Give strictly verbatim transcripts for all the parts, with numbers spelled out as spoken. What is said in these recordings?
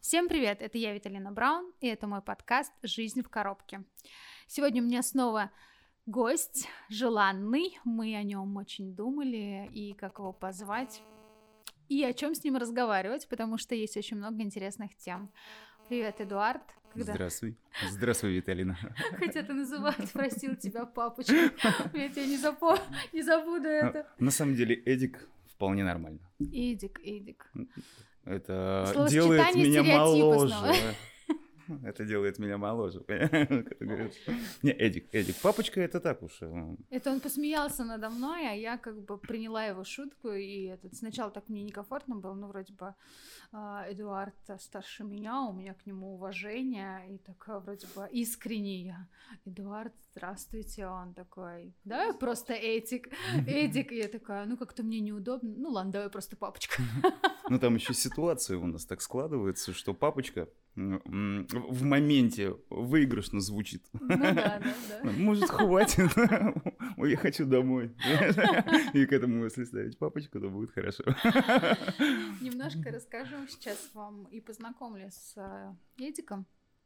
Всем привет, это я, Виталина Браун, и это мой подкаст «Жизнь в коробке». Сегодня у меня снова гость желанный, мы о нем очень думали, и как его позвать, и о чем с ним разговаривать, потому что есть очень много интересных тем. Привет, Эдуард. Когда... Здравствуй. Здравствуй, Виталина. Хотя ты называть, просил тебя папочкой. Я тебя не, запо... не забуду это. На самом деле, Эдик вполне нормально. Эдик, Эдик. Это делает меня моложе. Это делает меня моложе. Не, Эдик, Эдик. Папочка, это так уж. Это он посмеялся надо мной, а я как бы приняла его шутку, и этот, сначала так мне некомфортно было, ну, вроде бы Эдуард старше меня, у меня к нему уважение, и так вроде бы искренне я. Эдуард, здравствуйте, он такой, давай просто Эдик, Эдик, и я такая, ну, как-то мне неудобно, ну, ладно, давай просто папочка. Ну, там еще ситуация у нас так складывается, что папочка в моменте выигрышно звучит. Ну да, да, да. Может, хватит? Ой, я хочу домой. И к этому, если ставить папочку, то будет хорошо. Немножко расскажу сейчас вам и познакомлю с Эдиком.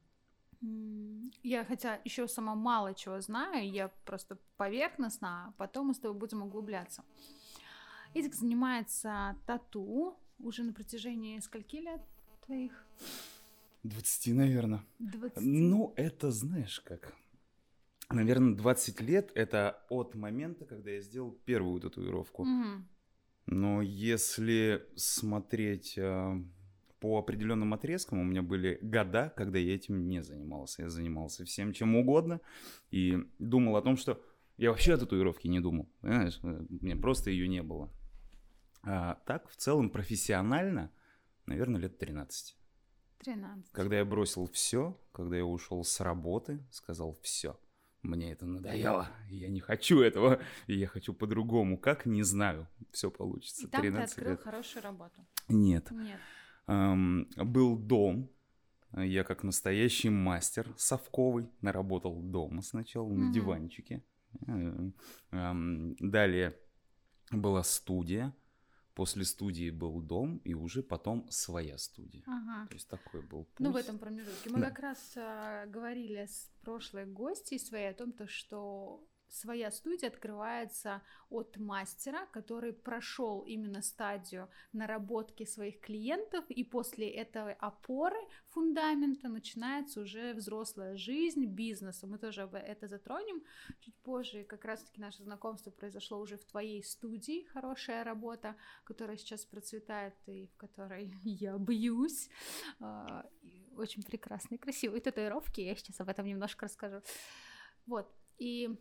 Я, хотя еще сама мало чего знаю, я просто поверхностно, а потом мы с тобой будем углубляться. Эдик занимается тату уже на протяжении скольки лет твоих? двадцати, наверное. двадцать. Ну, это знаешь как. Наверное, двадцать лет — это от момента, когда я сделал первую татуировку. Угу. Но если смотреть э, по определенным отрезкам, у меня были года, когда я этим не занимался. Я занимался всем чем угодно и думал о том, что я вообще о татуировке не думал. Понимаешь? У меня просто ее не было. А так, в целом, профессионально, наверное, лет тринадцать. тринадцать. Когда я бросил все, когда я ушел с работы, сказал все, мне это надоело, я не хочу этого, и я хочу по-другому. Как? Не знаю, все получится. И там ты открыл лет. хорошую работу? Нет. Нет. Эм, был дом, я как настоящий мастер совковый наработал дома сначала, на угу. диванчике. Эм, далее была студия. После студии был дом, и уже потом своя студия. Ага. То есть такой был путь. Ну, в этом промежутке. Мы да. как раз а, говорили с прошлой гостьей своей о том, то, что своя студия открывается от мастера, который прошел именно стадию наработки своих клиентов, и после этой опоры, фундамента, начинается уже взрослая жизнь, бизнес. Мы тоже это затронем чуть позже. И как раз-таки наше знакомство произошло уже в твоей студии, хорошая работа, которая сейчас процветает и в которой я бьюсь. Очень прекрасные, красивые татуировки, я сейчас об этом немножко расскажу. Вот, и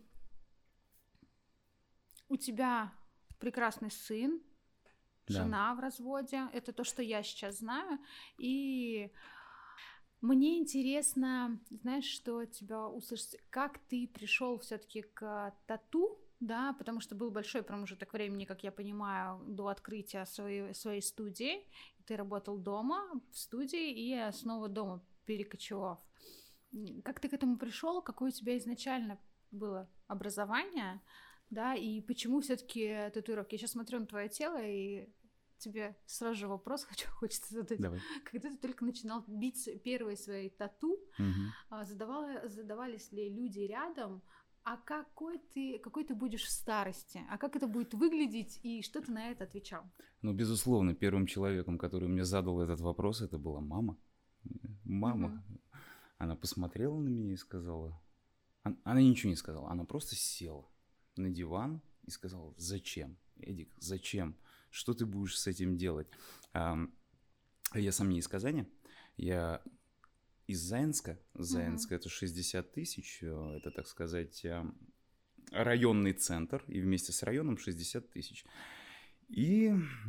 у тебя прекрасный сын, да. Жена в разводе. Это то, что я сейчас знаю. И мне интересно, знаешь, что тебя услышать, как ты пришел все-таки к тату, да, потому что был большой промежуток времени, как я понимаю, до открытия своей, своей студии. Ты работал дома, в студии, и снова дома перекочевав. Как ты к этому пришел? Какое у тебя изначально было образование? Да, и почему все-таки татуировки? Я сейчас смотрю на твое тело, и тебе сразу же вопрос хочу, хочется задать. Давай. Когда ты только начинал бить первые свои тату, угу. задавала, задавались ли люди рядом, а какой ты, какой ты будешь в старости? А как это будет выглядеть? И что ты на это отвечал? Ну, безусловно, первым человеком, который мне задал этот вопрос, это была мама. Мама. Угу. Она посмотрела на меня и сказала... Она ничего не сказала, она просто села на диван и сказал: зачем, Эдик, зачем, что ты будешь с этим делать? А, я сам не из Казани, я из Заинска. Заинск uh-huh. это шестьдесят тысяч, это, так сказать, районный центр, и вместе с районом шестьдесят тысяч. И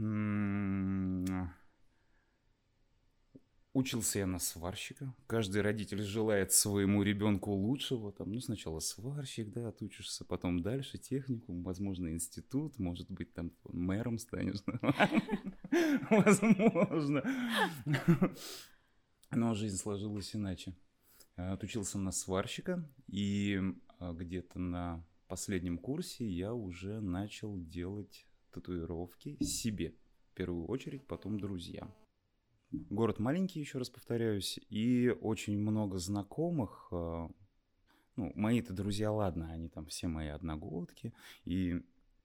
м- учился я на сварщика. Каждый родитель желает своему ребенку лучшего. Там, ну, сначала сварщик, да, отучишься, потом дальше техникум, возможно, институт, может быть, там мэром станешь. Возможно. Но жизнь сложилась иначе. Отучился на сварщика, и где-то на последнем курсе я уже начал делать татуировки себе. В первую очередь, потом друзьям. город маленький, еще раз повторяюсь, и очень много знакомых. Ну, мои-то друзья, ладно, они там все мои одногодки, и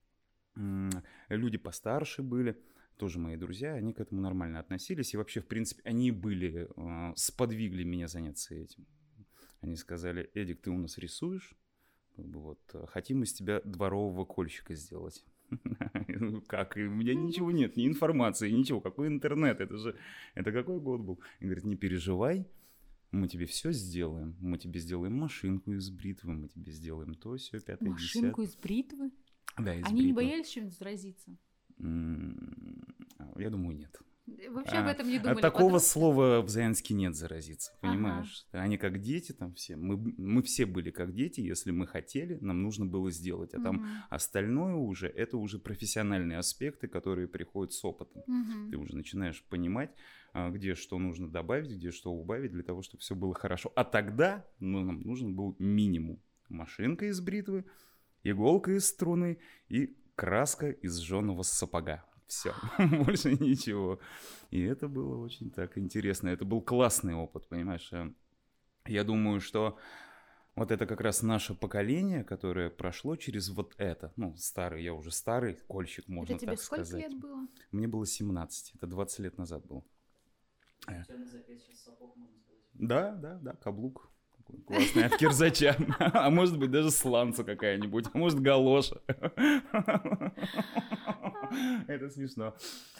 люди постарше были, тоже мои друзья, они к этому нормально относились, и вообще, в принципе, они были, сподвигли меня заняться этим. Они сказали: Эдик, ты у нас рисуешь? Вот, хотим из тебя дворового кольщика сделать. Как? И у меня ничего нет, ни информации, ничего. Какой интернет? Это же, это какой год был? И говорит: не переживай, мы тебе все сделаем. Мы тебе сделаем машинку из бритвы, мы тебе сделаем то, сё, пятое, десятое. Машинку из бритвы? Да, из Они бритвы. не боялись чем-нибудь заразиться? Я думаю, нет. Вообще об этом не думали. От такого потом... слова в Заянске нет заразиться, понимаешь? Ага. Они как дети там все. Мы, мы все были как дети, если мы хотели, нам нужно было сделать. А там Угу. остальное уже, это уже профессиональные аспекты, которые приходят с опытом. Угу. Ты уже начинаешь понимать, где что нужно добавить, где что убавить, для того, чтобы все было хорошо. А тогда ну, нам нужен был минимум. Машинка из бритвы, иголка из струны и краска из жженого сапога. Все, больше ничего. И это было очень так интересно. Это был классный опыт, понимаешь? Я думаю, что вот это как раз наше поколение, которое прошло через вот это. Ну, старый, я уже старый кольщик, можно это тебе так сколько сказать. лет было? Мне было семнадцать, это двадцать лет назад было. У тебя на запястье сейчас сапог, можно сказать. Да, да, да, каблук. Классный от кирзача. А может быть даже сланца какая-нибудь. А может галоша. Это смешно.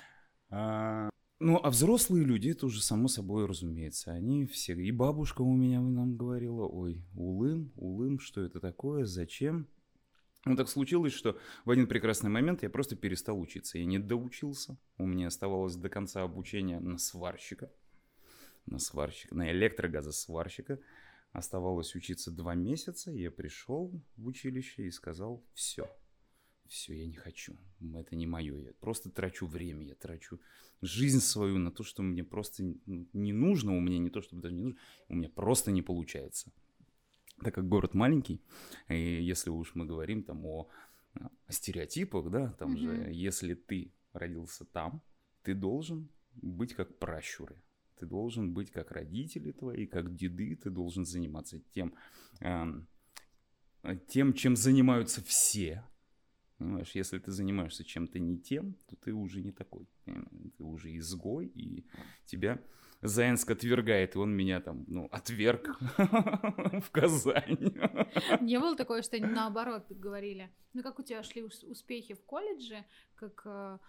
А, ну, а взрослые люди, это уже само собой разумеется. Они все... И бабушка у меня нам говорила: ой, улым, улым, что это такое, зачем? Ну, так случилось, что в один прекрасный момент я просто перестал учиться. Я не доучился. У меня оставалось до конца обучения на сварщика. На сварщика, на электрогазосварщика. Оставалось учиться два месяца, я пришел в училище и сказал: все, все, я не хочу, это не мое, я просто трачу время, я трачу жизнь свою на то, что мне просто не нужно, у меня не то, чтобы даже не нужно, у меня просто не получается. Так как город маленький, и если уж мы говорим там о, о стереотипах, да, там mm-hmm. же, если ты родился там, ты должен быть как пращуры. Ты должен быть как родители твои, как деды, ты должен заниматься тем, э, тем, чем занимаются все. Понимаешь, если ты занимаешься чем-то не тем, то ты уже не такой. Ты уже изгой, и тебя Заянск отвергает, и он меня там, ну, отверг в Казань. Не было такое, что они наоборот говорили? Ну, как у тебя шли успехи в колледже, как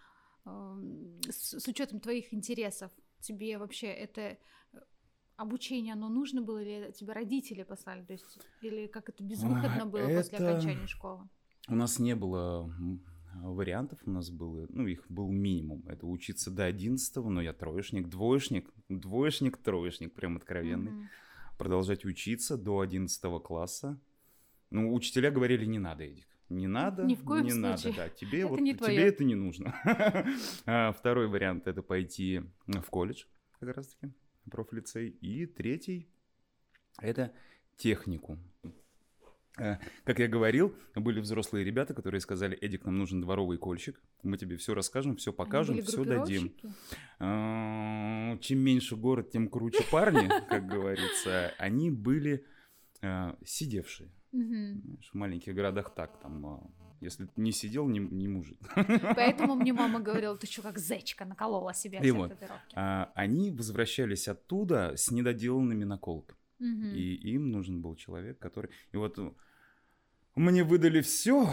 с учетом твоих интересов? Тебе вообще это обучение, оно нужно было, или тебя родители послали? То есть, или как это безвыходно было это... после окончания школы? У нас не было вариантов, у нас было, ну, их был минимум. Это учиться до одиннадцатого, но я троечник, двоечник, двоечник, троечник, прям откровенный. Mm-hmm. Продолжать учиться до одиннадцатого класса. Ну, учителя говорили: не надо, Эдик. Не надо, Ни в коем не случае. надо, да, тебе, это вот, не тебе это не нужно. а, второй вариант — это пойти в колледж, как раз-таки, профлицей. И третий — это техникум. А, как я говорил, были взрослые ребята, которые сказали: Эдик, нам нужен дворовый кольщик, мы тебе все расскажем, все покажем, все дадим. А, чем меньше город, тем круче парни, как говорится. Они были а, сидевшие. Угу. В маленьких городах так, там, если не сидел, не, не мужик. Поэтому мне мама говорила: ты что, как зайчика, наколола себе все вот, татуировки. А, они возвращались оттуда с недоделанными наколками. Угу. И им нужен был человек, который... И вот мне выдали все,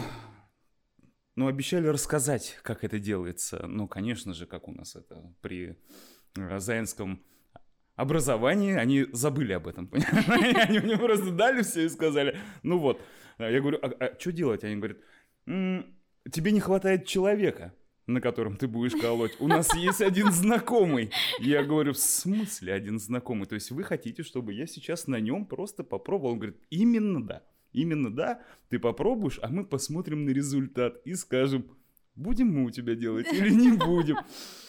но обещали рассказать, как это делается. Ну, конечно же, как у нас это при заянском образовании, они забыли об этом. Они мне просто дали все и сказали: ну вот. Я говорю: а, а что делать? Они говорят: м-м, тебе не хватает человека, на котором ты будешь колоть. У нас есть один знакомый. Я говорю: в смысле один знакомый? То есть вы хотите, чтобы я сейчас на нем просто попробовал? Он говорит: именно да. Именно да. Ты попробуешь, а мы посмотрим на результат и скажем, будем мы у тебя делать или не будем.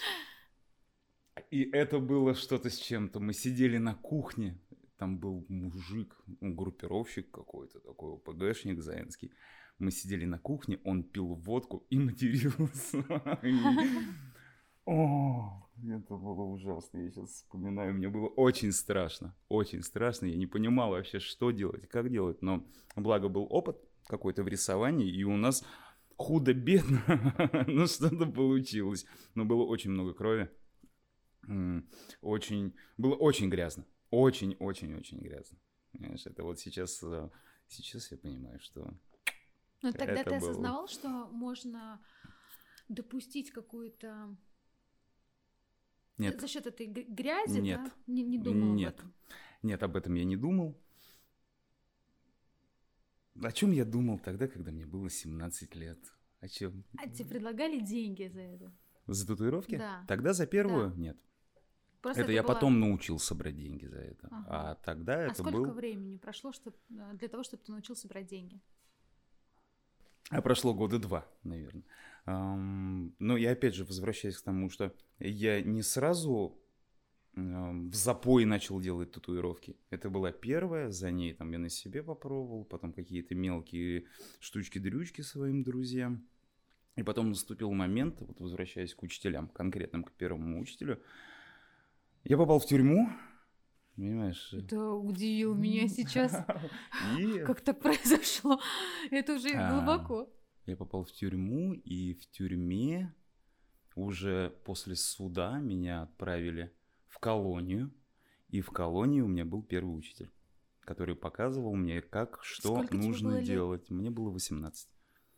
И это было что-то с чем-то. Мы сидели на кухне, там был мужик, ну, группировщик какой-то такой, ОПГшник заянский. Мы сидели на кухне, он пил водку и матерился. О, это было ужасно. Я сейчас вспоминаю, мне было очень страшно. Очень страшно. Я не понимал вообще, что делать, как делать. Но благо был опыт какой-то в рисовании, и у нас худо-бедно, но что-то получилось. Но было очень много крови. Очень, было очень грязно. Очень-очень-очень грязно. Понимаешь, это вот сейчас, сейчас я понимаю, что... Но тогда это ты было... осознавал, что можно допустить какую-то... Нет. За счет этой грязи, Нет. да? Не, не думал Нет. об этом? Нет, об этом я не думал. О чем я думал тогда, когда мне было семнадцать лет? О чем? А тебе предлагали деньги за это? За татуировки? Да. Тогда за первую? Да. Нет. Просто это, это я была... потом научился брать деньги за это. Ага. А тогда а это сколько был... времени прошло чтоб... для того, чтобы ты научился брать деньги? А прошло года два, наверное. Um, но я опять же возвращаюсь к тому, что я не сразу um, в запой начал делать татуировки. Это была первая, за ней там я на себе попробовал, потом какие-то мелкие штучки-дрючки своим друзьям. И потом наступил момент, вот возвращаясь к учителям, конкретным к первому учителю, я попал в тюрьму. Понимаешь? Это удивило меня сейчас. Как так произошло? Это уже глубоко. Я попал в тюрьму, и в тюрьме уже после суда меня отправили в колонию. И в колонии у меня был первый учитель, который показывал мне, как, что нужно делать. Мне было восемнадцать.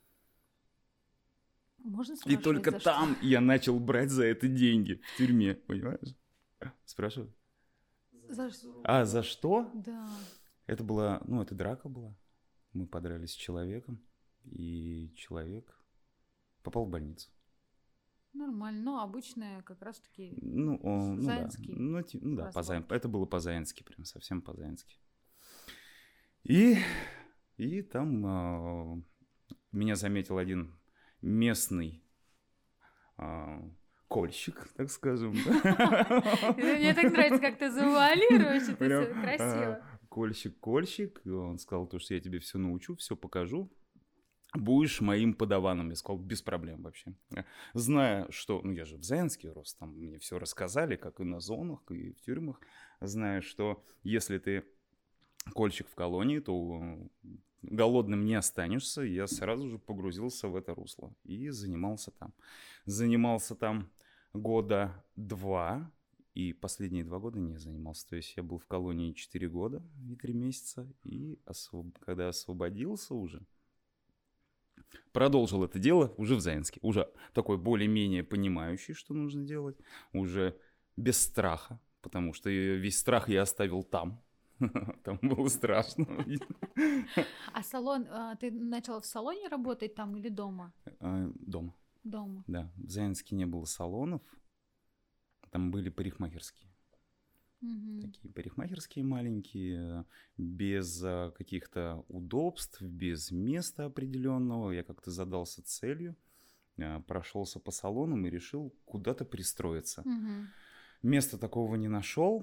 Можно спрашивать, и только за там что? я начал брать за это деньги в тюрьме, понимаешь? Спрашиваю. За... А, за что? Да. Это была, ну, это драка была. Мы подрались с человеком, и человек попал в больницу. Нормально, но обычная как раз-таки ну, о, ну, заинский. Да. Ну, ну да, по-заин... это было по-заински, прям совсем по-заински. И, и там э, меня заметил один местный э, кольщик, так скажем. Мне так нравится, как ты завуалируешь, это все красиво. Кольщик-кольщик, он сказал, то, что я тебе все научу, все покажу. Будешь моим подаваном. Я сказал, без проблем вообще. Зная, что... Ну, я же в Заинске рос, там мне все рассказали, как и на зонах, и в тюрьмах. Зная, что если ты кольщик в колонии, то голодным не останешься. Я сразу же погрузился в это русло и занимался там. Занимался там года два, и последние два года не занимался. То есть я был в колонии четыре года и три месяца, и освоб... когда освободился уже, продолжил это дело уже в Заинске. Уже такой более-менее понимающий, что нужно делать. Уже без страха, потому что весь страх я оставил там. Там было страшно. А салон, ты начала в салоне работать там или дома? Дома. Дома. Да, в Заинске не было салонов. Там были парикмахерские. Угу. Такие парикмахерские маленькие, без а, каких-то удобств, без места определенного. Я как-то задался целью, а, прошелся по салонам и решил куда-то пристроиться. Угу. Места такого не нашел.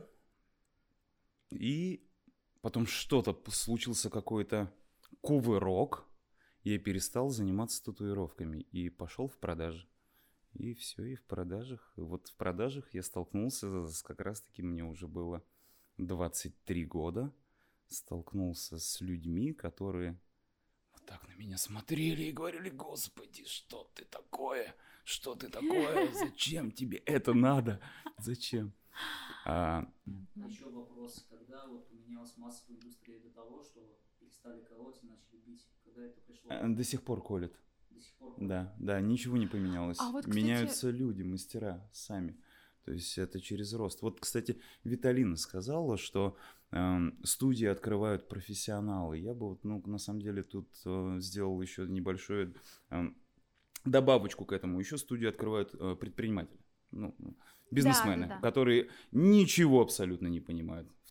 И потом что-то, случился какой-то кувырок. Я перестал заниматься татуировками и пошел в продажи. И все, и в продажах. И вот в продажах я столкнулся с, как раз-таки мне уже было двадцать три года. Столкнулся с людьми, которые вот так на меня смотрели и говорили: «Господи, что ты такое? Что ты такое? Зачем тебе это надо? Зачем?» А... Еще вопрос, когда вот поменялась массовая индустрия до того, что перестали колоть и начали бить? Когда это пришло? До сих пор колят. До сих пор. Да, да, ничего не поменялось. А вот, кстати... Меняются люди, мастера сами. То есть это через рост. Вот, кстати, Виталина сказала, что э, студии открывают профессионалы. Я бы вот, ну, на самом деле тут э, сделал еще небольшую э, добавочку к этому. Еще студии открывают э, предприниматели. Ну, бизнесмены, да, да, да. которые ничего абсолютно не понимают в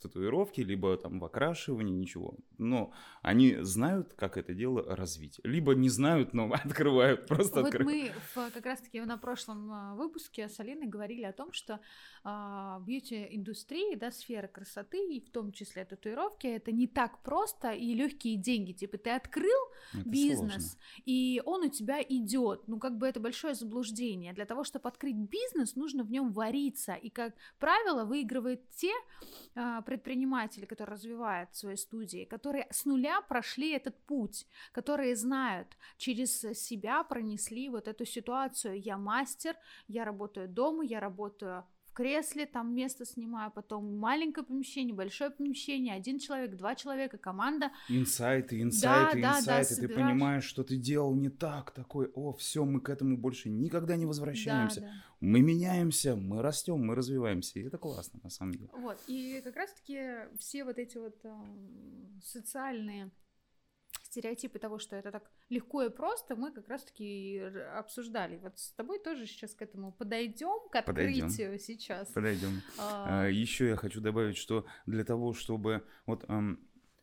татуировке, либо там в окрашивании, ничего. Но они знают, как это дело развить. Либо не знают, но открывают, просто Вот открывают. мы в, как раз-таки на прошлом а, выпуске с Алиной говорили о том, что а, бьюти-индустрия, да, сфера красоты, и в том числе татуировки, это не так просто и легкие деньги. Типа ты открыл Это бизнес, сложно. и он у тебя идет. Ну, как бы это большое заблуждение. Для того, чтобы открыть бизнес, нужно в нем вариться. И, как правило, выигрывают те а, предприниматели, которые развивают свои студии, которые с нуля прошли этот путь, которые знают, через себя пронесли вот эту ситуацию. Я мастер, я работаю дома, я работаю в кресле, там место снимаю, потом маленькое помещение, большое помещение, один человек, два человека, команда. Инсайты, инсайты, Да, да, да, инсайты. Ты собираешь. понимаешь, что ты делал не так, такой, о, все, мы к этому больше никогда не возвращаемся. Да, да. Мы меняемся, мы растем, мы развиваемся. И это классно, на самом деле. Вот, и как раз-таки все вот эти вот э, социальные стереотипы того, что это так легко и просто, мы как раз-таки обсуждали. Вот с тобой тоже сейчас к этому подойдем, к открытию Подойдем. сейчас. Подойдем. А, А, еще я хочу добавить, что для того, чтобы... Вот, эм,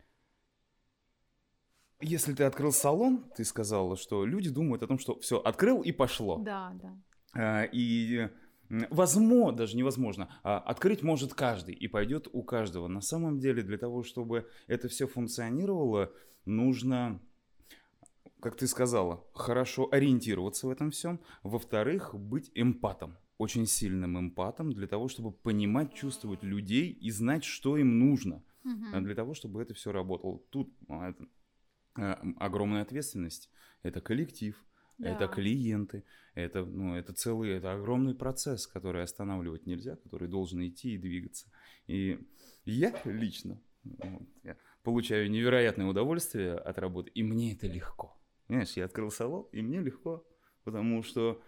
если ты открыл салон, ты сказала, что люди думают о том, что все, открыл и пошло. Да, да. А, и м, возможно, даже невозможно, а, открыть может каждый, и пойдет у каждого. На самом деле, для того, чтобы это все функционировало, нужно, как ты сказала, хорошо ориентироваться в этом всем. Во-вторых, быть эмпатом, очень сильным эмпатом, для того, чтобы понимать, чувствовать людей и знать, что им нужно, Мгм. для того, чтобы это все работало. Тут а, это, а, огромная ответственность, это коллектив. Это Да. клиенты, это, ну, это целый, это огромный процесс, который останавливать нельзя, который должен идти и двигаться. И я лично вот, я получаю невероятное удовольствие от работы, и мне это легко. Понимаешь, я открыл салон, и мне легко, потому что,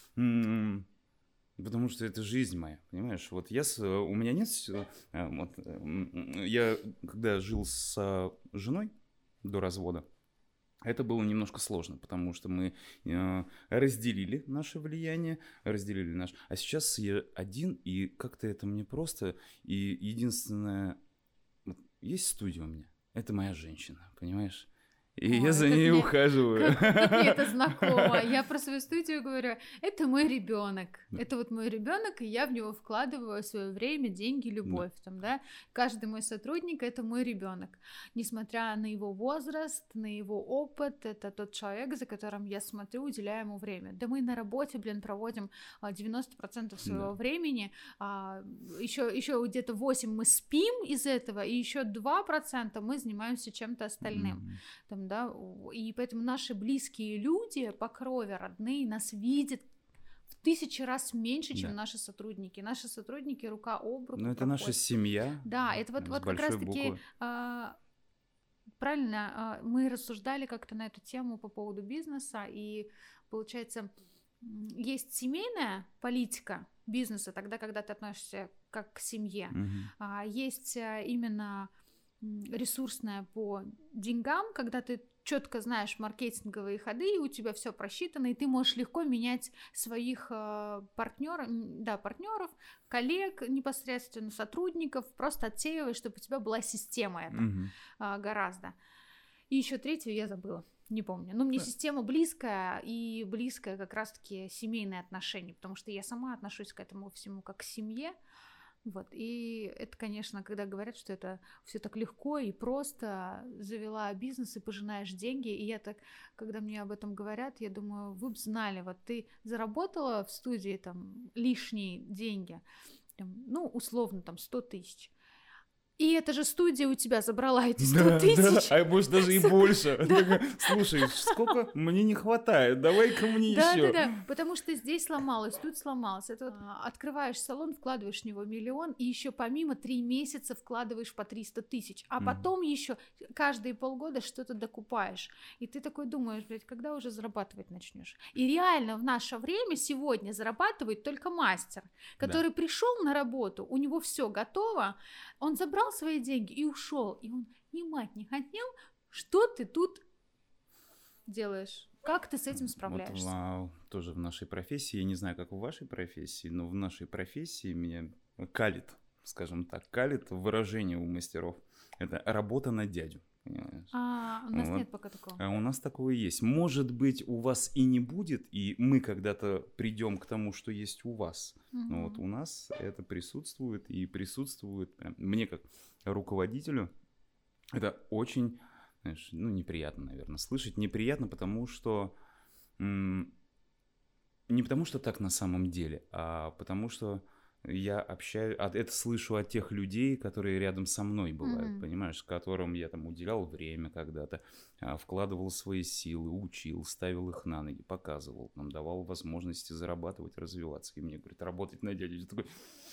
м- потому что это жизнь моя, понимаешь? Вот я, с- у меня нет, с- э, вот, м, я когда жил с женой до развода, это было немножко сложно, потому что мы э, разделили наше влияние, разделили наш... А сейчас я один, и как-то это мне просто... И единственное... Вот есть студия у меня, это моя женщина, понимаешь? И Ой, я за как ней мне- ухаживаю. Как, как мне это знакомо. Я про свою студию говорю, это мой ребенок. Да. Это вот мой ребенок, и я в него вкладываю свое время, деньги, любовь. Там, да? Каждый мой сотрудник это мой ребенок. Несмотря на его возраст, на его опыт, это тот человек, за которым я смотрю, уделяю ему время. Да мы на работе, блин, проводим а, девяносто процентов своего Да. времени, а, еще, еще где-то восемь процентов мы спим из этого, и еще два процента мы занимаемся чем-то остальным. Мгм. Там, да, у- и поэтому наши близкие люди по крови, родные, нас видят в тысячи раз меньше, чем Да. наши сотрудники. Наши сотрудники рука об руку Ну, это наша проходят. семья. Да, это вот, с вот как большой раз-таки буквы. а, правильно, а, мы рассуждали как-то на эту тему по поводу бизнеса, и получается, м, есть семейная политика бизнеса, тогда, когда ты относишься как к семье, Мгм. а есть а, именно м, ресурсная по деньгам, когда ты четко знаешь маркетинговые ходы, и у тебя все просчитано, и ты можешь легко менять своих партнеров, да, партнеров, коллег, непосредственно сотрудников, просто отсеиваешь, чтобы у тебя была система эта Мгм. а, гораздо. И еще третью я забыла. Не помню. Но мне Да. система близкая, и близкая как раз-таки семейные отношения, потому что я сама отношусь к этому всему как к семье. Вот. И это, конечно, когда говорят, что это все так легко и просто, завела бизнес и пожинаешь деньги. И я так, когда мне об этом говорят, я думаю, вы бы знали, вот ты заработала в студии там лишние деньги, там, ну, условно, там сто тысяч. И эта же студия у тебя забрала эти сто Да, тысяч. да, а может даже и больше. Такая, слушай, сколько мне не хватает, давай-ка мне Да, еще. да, да, потому что здесь сломалось, тут сломалось. Это вот, а, открываешь салон, вкладываешь в него миллион, и еще помимо три месяца вкладываешь по триста тысяч, а Мгм. потом еще каждые полгода что-то докупаешь. И ты такой думаешь, блядь, когда уже зарабатывать начнешь? И реально в наше время сегодня зарабатывает только мастер, который пришел на работу, у него все готово, он забрал свои деньги и ушел, и он ни мать не хотел, что ты тут делаешь? Как ты с этим справляешься? Вот, вау, тоже в нашей профессии, я не знаю, как в вашей профессии, но в нашей профессии меня калит скажем так, калит выражение у мастеров. Это работа на дядю. Понимаешь? А, у нас вот. нет пока такого. А у нас такое есть. Может быть, у вас и не будет, и мы когда-то придем к тому, что есть у вас. Угу. Но вот у нас это присутствует, и присутствует прям, мне как руководителю это очень, знаешь, ну, неприятно, наверное, слышать. Неприятно, потому что м- не потому что так на самом деле, а потому что я общаюсь, это слышу от тех людей, которые рядом со мной бывают, mm-hmm. понимаешь, которым я там уделял время когда-то, вкладывал свои силы, учил, ставил их на ноги, показывал, нам давал возможности зарабатывать, развиваться. И мне говорят, работать на дядю. Я такой,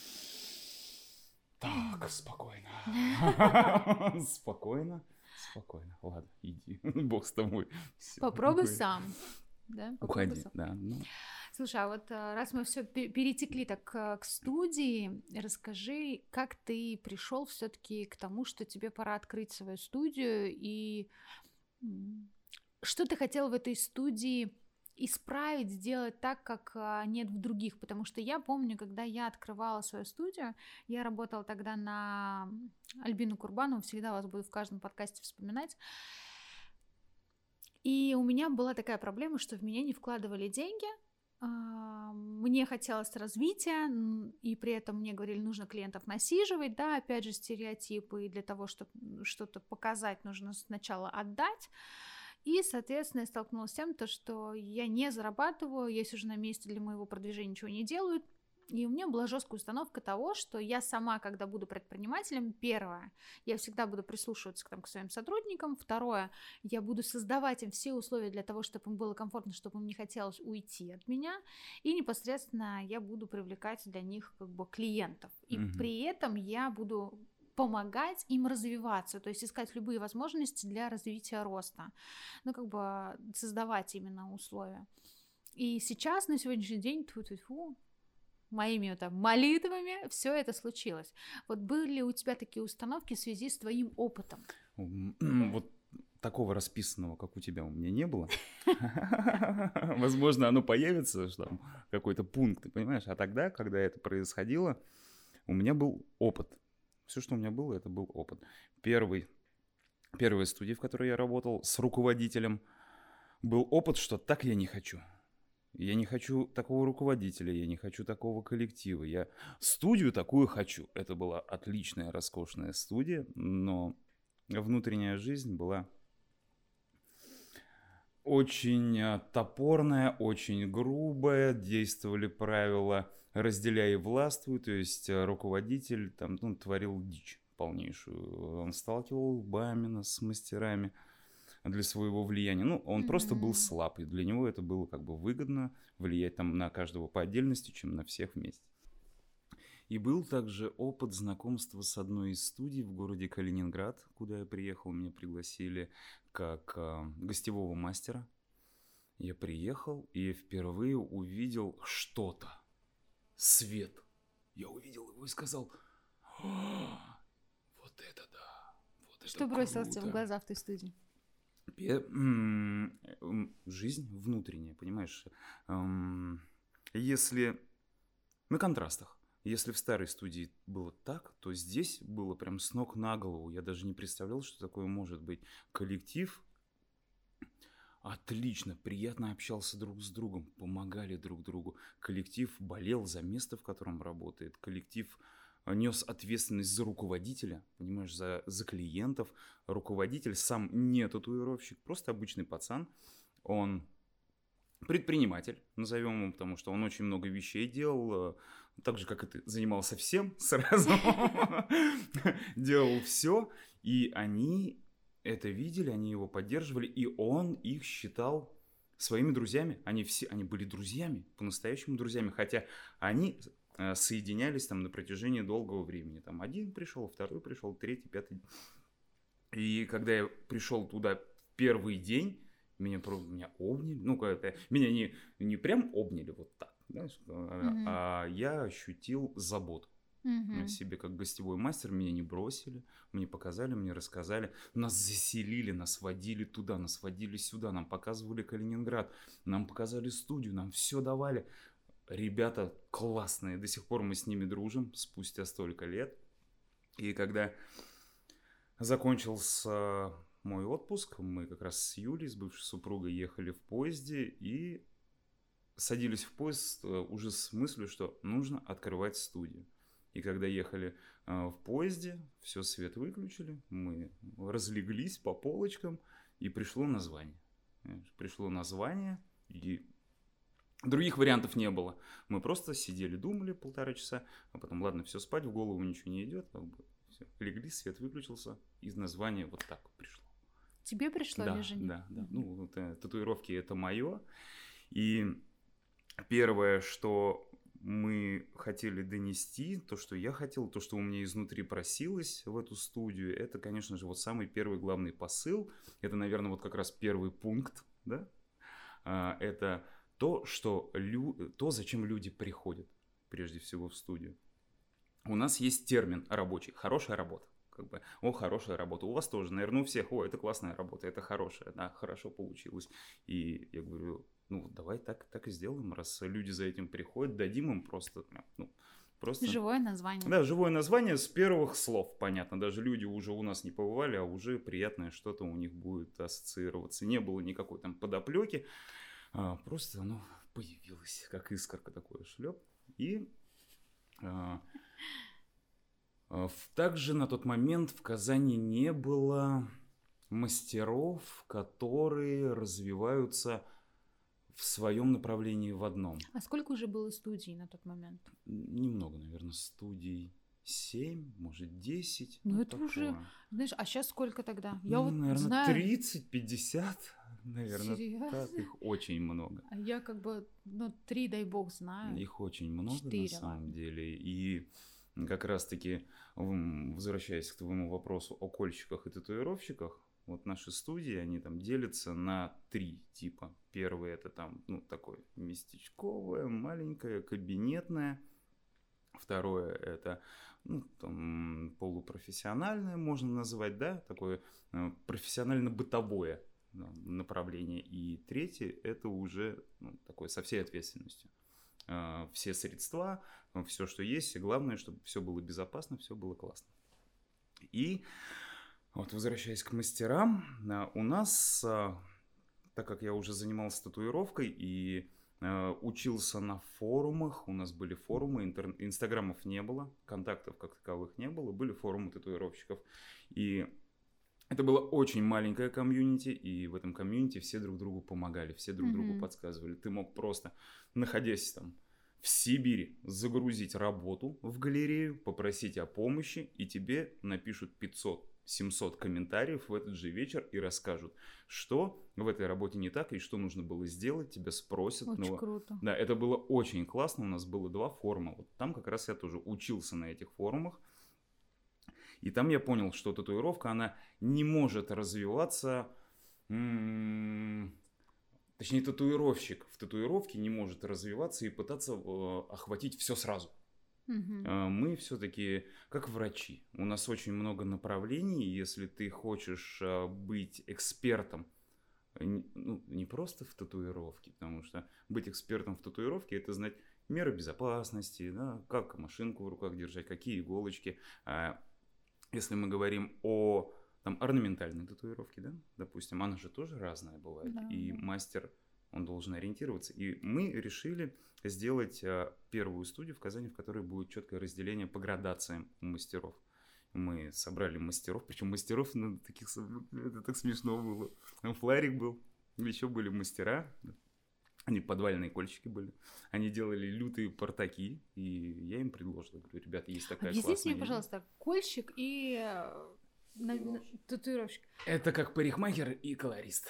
так, спокойно. Спокойно, спокойно. Ладно, иди, бог с тобой. Попробуй сам. Да? Уходи, да. Ну. Слушай, а вот раз мы все перетекли так к студии, расскажи, как ты пришел все-таки к тому, что тебе пора открыть свою студию, и что ты хотел в этой студии исправить, сделать так, как нет в других, потому что я помню, когда я открывала свою студию, я работала тогда на Альбину Курбанову, всегда вас буду в каждом подкасте вспоминать, и у меня была такая проблема, что в меня не вкладывали деньги. Мне хотелось развития, и при этом мне говорили, нужно клиентов насиживать, да, опять же стереотипы, и для того, чтобы что-то показать, нужно сначала отдать, и, соответственно, я столкнулась с тем, то, что я не зарабатываю, я сижу на месте, для моего продвижения ничего не делаю, и у меня была жесткая установка того, что я сама, когда буду предпринимателем, первое, я всегда буду прислушиваться там, к своим сотрудникам, второе, я буду создавать им все условия для того, чтобы им было комфортно, чтобы им не хотелось уйти от меня, и непосредственно я буду привлекать для них как бы клиентов, и mm-hmm. при этом я буду помогать им развиваться, то есть искать любые возможности для развития роста, ну как бы создавать именно условия. И сейчас, на сегодняшний день, тьфу-тьфу-тьфу, моими там молитвами все это случилось. Вот были у тебя такие установки в связи с твоим опытом? Вот такого расписанного, как у тебя, у меня не было. Возможно, оно появится, что там какой-то пункт, ты понимаешь? А тогда, когда это происходило, у меня был опыт. Все, что у меня было, это был опыт. Первый, первая студия, в которой я работал с руководителем, был опыт, что так я не хочу. Я не хочу такого руководителя, я не хочу такого коллектива. Я студию такую хочу. Это была отличная, роскошная студия, но внутренняя жизнь была очень топорная, очень грубая. Действовали правила «разделяй и властвуй», то есть руководитель там, ну, творил дичь полнейшую. Он сталкивал лбами с мастерами для своего влияния. Ну, он mm-hmm. просто был слаб, и для него это было как бы выгодно влиять там на каждого по отдельности, чем на всех вместе. И был также опыт знакомства с одной из студий в городе Калининград, куда я приехал, меня пригласили как э, гостевого мастера. Я приехал и впервые увидел что-то, свет. Я увидел его и сказал, вот это да, вот это что бросилось тебе в глаза в той студии? Жизнь внутренняя, понимаешь? Если на контрастах, если в старой студии было так, то здесь было прям с ног на голову. Я даже не представлял, что такое может быть. Коллектив отлично, приятно общался друг с другом, помогали друг другу. Коллектив болел за место, в котором работает. Коллектив нес ответственность за руководителя, понимаешь, за, за клиентов. Руководитель сам не татуировщик, просто обычный пацан. Он предприниматель, назовем его, потому что он очень много вещей делал, так же, как и ты, занимался всем сразу, делал все, и они это видели, они его поддерживали, и он их считал своими друзьями. Они все, они были друзьями, по-настоящему друзьями, хотя они соединялись там на протяжении долгого времени. Там один пришел, второй пришел, третий, пятый. И когда я пришел туда в первый день, меня, меня обняли, ну, когда меня не, не прям обняли вот так, знаешь, mm-hmm. а, а я ощутил заботу mm-hmm. о себе как гостевой мастер. Меня не бросили, мне показали, мне рассказали, нас заселили, нас водили туда, нас водили сюда, нам показывали Калининград, нам показали студию, нам все давали. Ребята классные, до сих пор мы с ними дружим спустя столько лет. И когда закончился мой отпуск, мы как раз с Юлей, с бывшей супругой, ехали в поезде и садились в поезд уже с мыслью, что нужно открывать студию. И когда ехали в поезде, все, свет выключили, мы разлеглись по полочкам, и пришло название. Пришло название, и других вариантов не было. Мы просто сидели, думали полтора часа, а потом, ладно, все, спать, в голову ничего не идет, как бы, все. Легли, свет выключился, и название вот так пришло. Тебе пришло, да, или жене? Да, да, ну, вот, э, татуировки это мое, и первое, что мы хотели донести, то, что я хотел, то, что у меня изнутри просилось в эту студию, это, конечно же, вот самый первый главный посыл. Это, наверное, вот как раз первый пункт, да? А, это то, что лю... то, зачем люди приходят, прежде всего, в студию. У нас есть термин рабочий, хорошая работа. Как бы, о, хорошая работа. У вас тоже, наверное, у всех, о, это классная работа, это хорошая, да, хорошо получилось. И я говорю, ну, давай так, так и сделаем, раз люди за этим приходят, дадим им просто, ну, просто... Живое название. Да, живое название с первых слов, понятно. Даже люди уже у нас не побывали, а уже приятное что-то у них будет ассоциироваться. Не было никакой там подоплеки, а просто оно появилось, как искорка такое шлеп. И... А, Также на тот момент в Казани не было мастеров, которые развиваются в своем направлении в одном. А сколько уже было студий на тот момент? Немного, наверное, студий семь, может, десять. Ну, вот это такое. уже, знаешь, а сейчас сколько тогда? Я ну, вот наверное, знаю... тридцать-пятьдесят, наверное, Серьезно? так, их очень много. А я как бы, ну, три, дай бог, знаю. Их очень много, Четыре, на самом ладно. деле. И как раз-таки, возвращаясь к твоему вопросу о кольщиках и татуировщиках, вот наши студии, они там делятся на три типа. Первый это там, ну, такое местечковое, маленькое, кабинетное. Второе это, ну, там, полупрофессиональное, можно назвать, да, такое э, профессионально-бытовое, да, направление. И третье это уже, ну, такое со всей ответственностью. Э, все средства, все, что есть, и главное, чтобы все было безопасно, все было классно. И вот, возвращаясь к мастерам, у нас, так как я уже занимался татуировкой и учился на форумах, у нас были форумы, интер... инстаграмов не было, контактов как таковых не было, были форумы татуировщиков. И это было очень маленькое комьюнити, и в этом комьюнити все друг другу помогали, все друг mm-hmm. другу подсказывали. Ты мог просто, находясь там в Сибири, загрузить работу в галерею, попросить о помощи, и тебе напишут пятьсот-семьсот комментариев в этот же вечер и расскажут, что в этой работе не так и что нужно было сделать, тебя спросят. Очень но... круто. Да, это было очень классно, у нас было два форума. Вот там как раз я тоже учился на этих форумах. И там я понял, что татуировка, она не может развиваться... М- Точнее, татуировщик в татуировке не может развиваться и пытаться э, охватить все сразу. Mm-hmm. Э, мы все-таки как врачи. У нас очень много направлений. Если ты хочешь э, быть экспертом, э, ну, не просто в татуировке, потому что быть экспертом в татуировке – это знать меры безопасности, да, как машинку в руках держать, какие иголочки. Э, если мы говорим о... Там орнаментальные татуировки, да, допустим, она же тоже разная бывает, да. И мастер, он должен ориентироваться. И мы решили сделать а, первую студию в Казани, в которой будет четкое разделение по градациям у мастеров. Мы собрали мастеров, причем мастеров, ну, таких, это так смешно было. Там фларик был, еще были мастера, они подвальные кольщики были, они делали лютые портаки, и я им предложил, говорю, ребята, есть такая Объясните классная мне, пожалуйста, кольщик и... На, на, татуировщик. Это как парикмахер и колорист.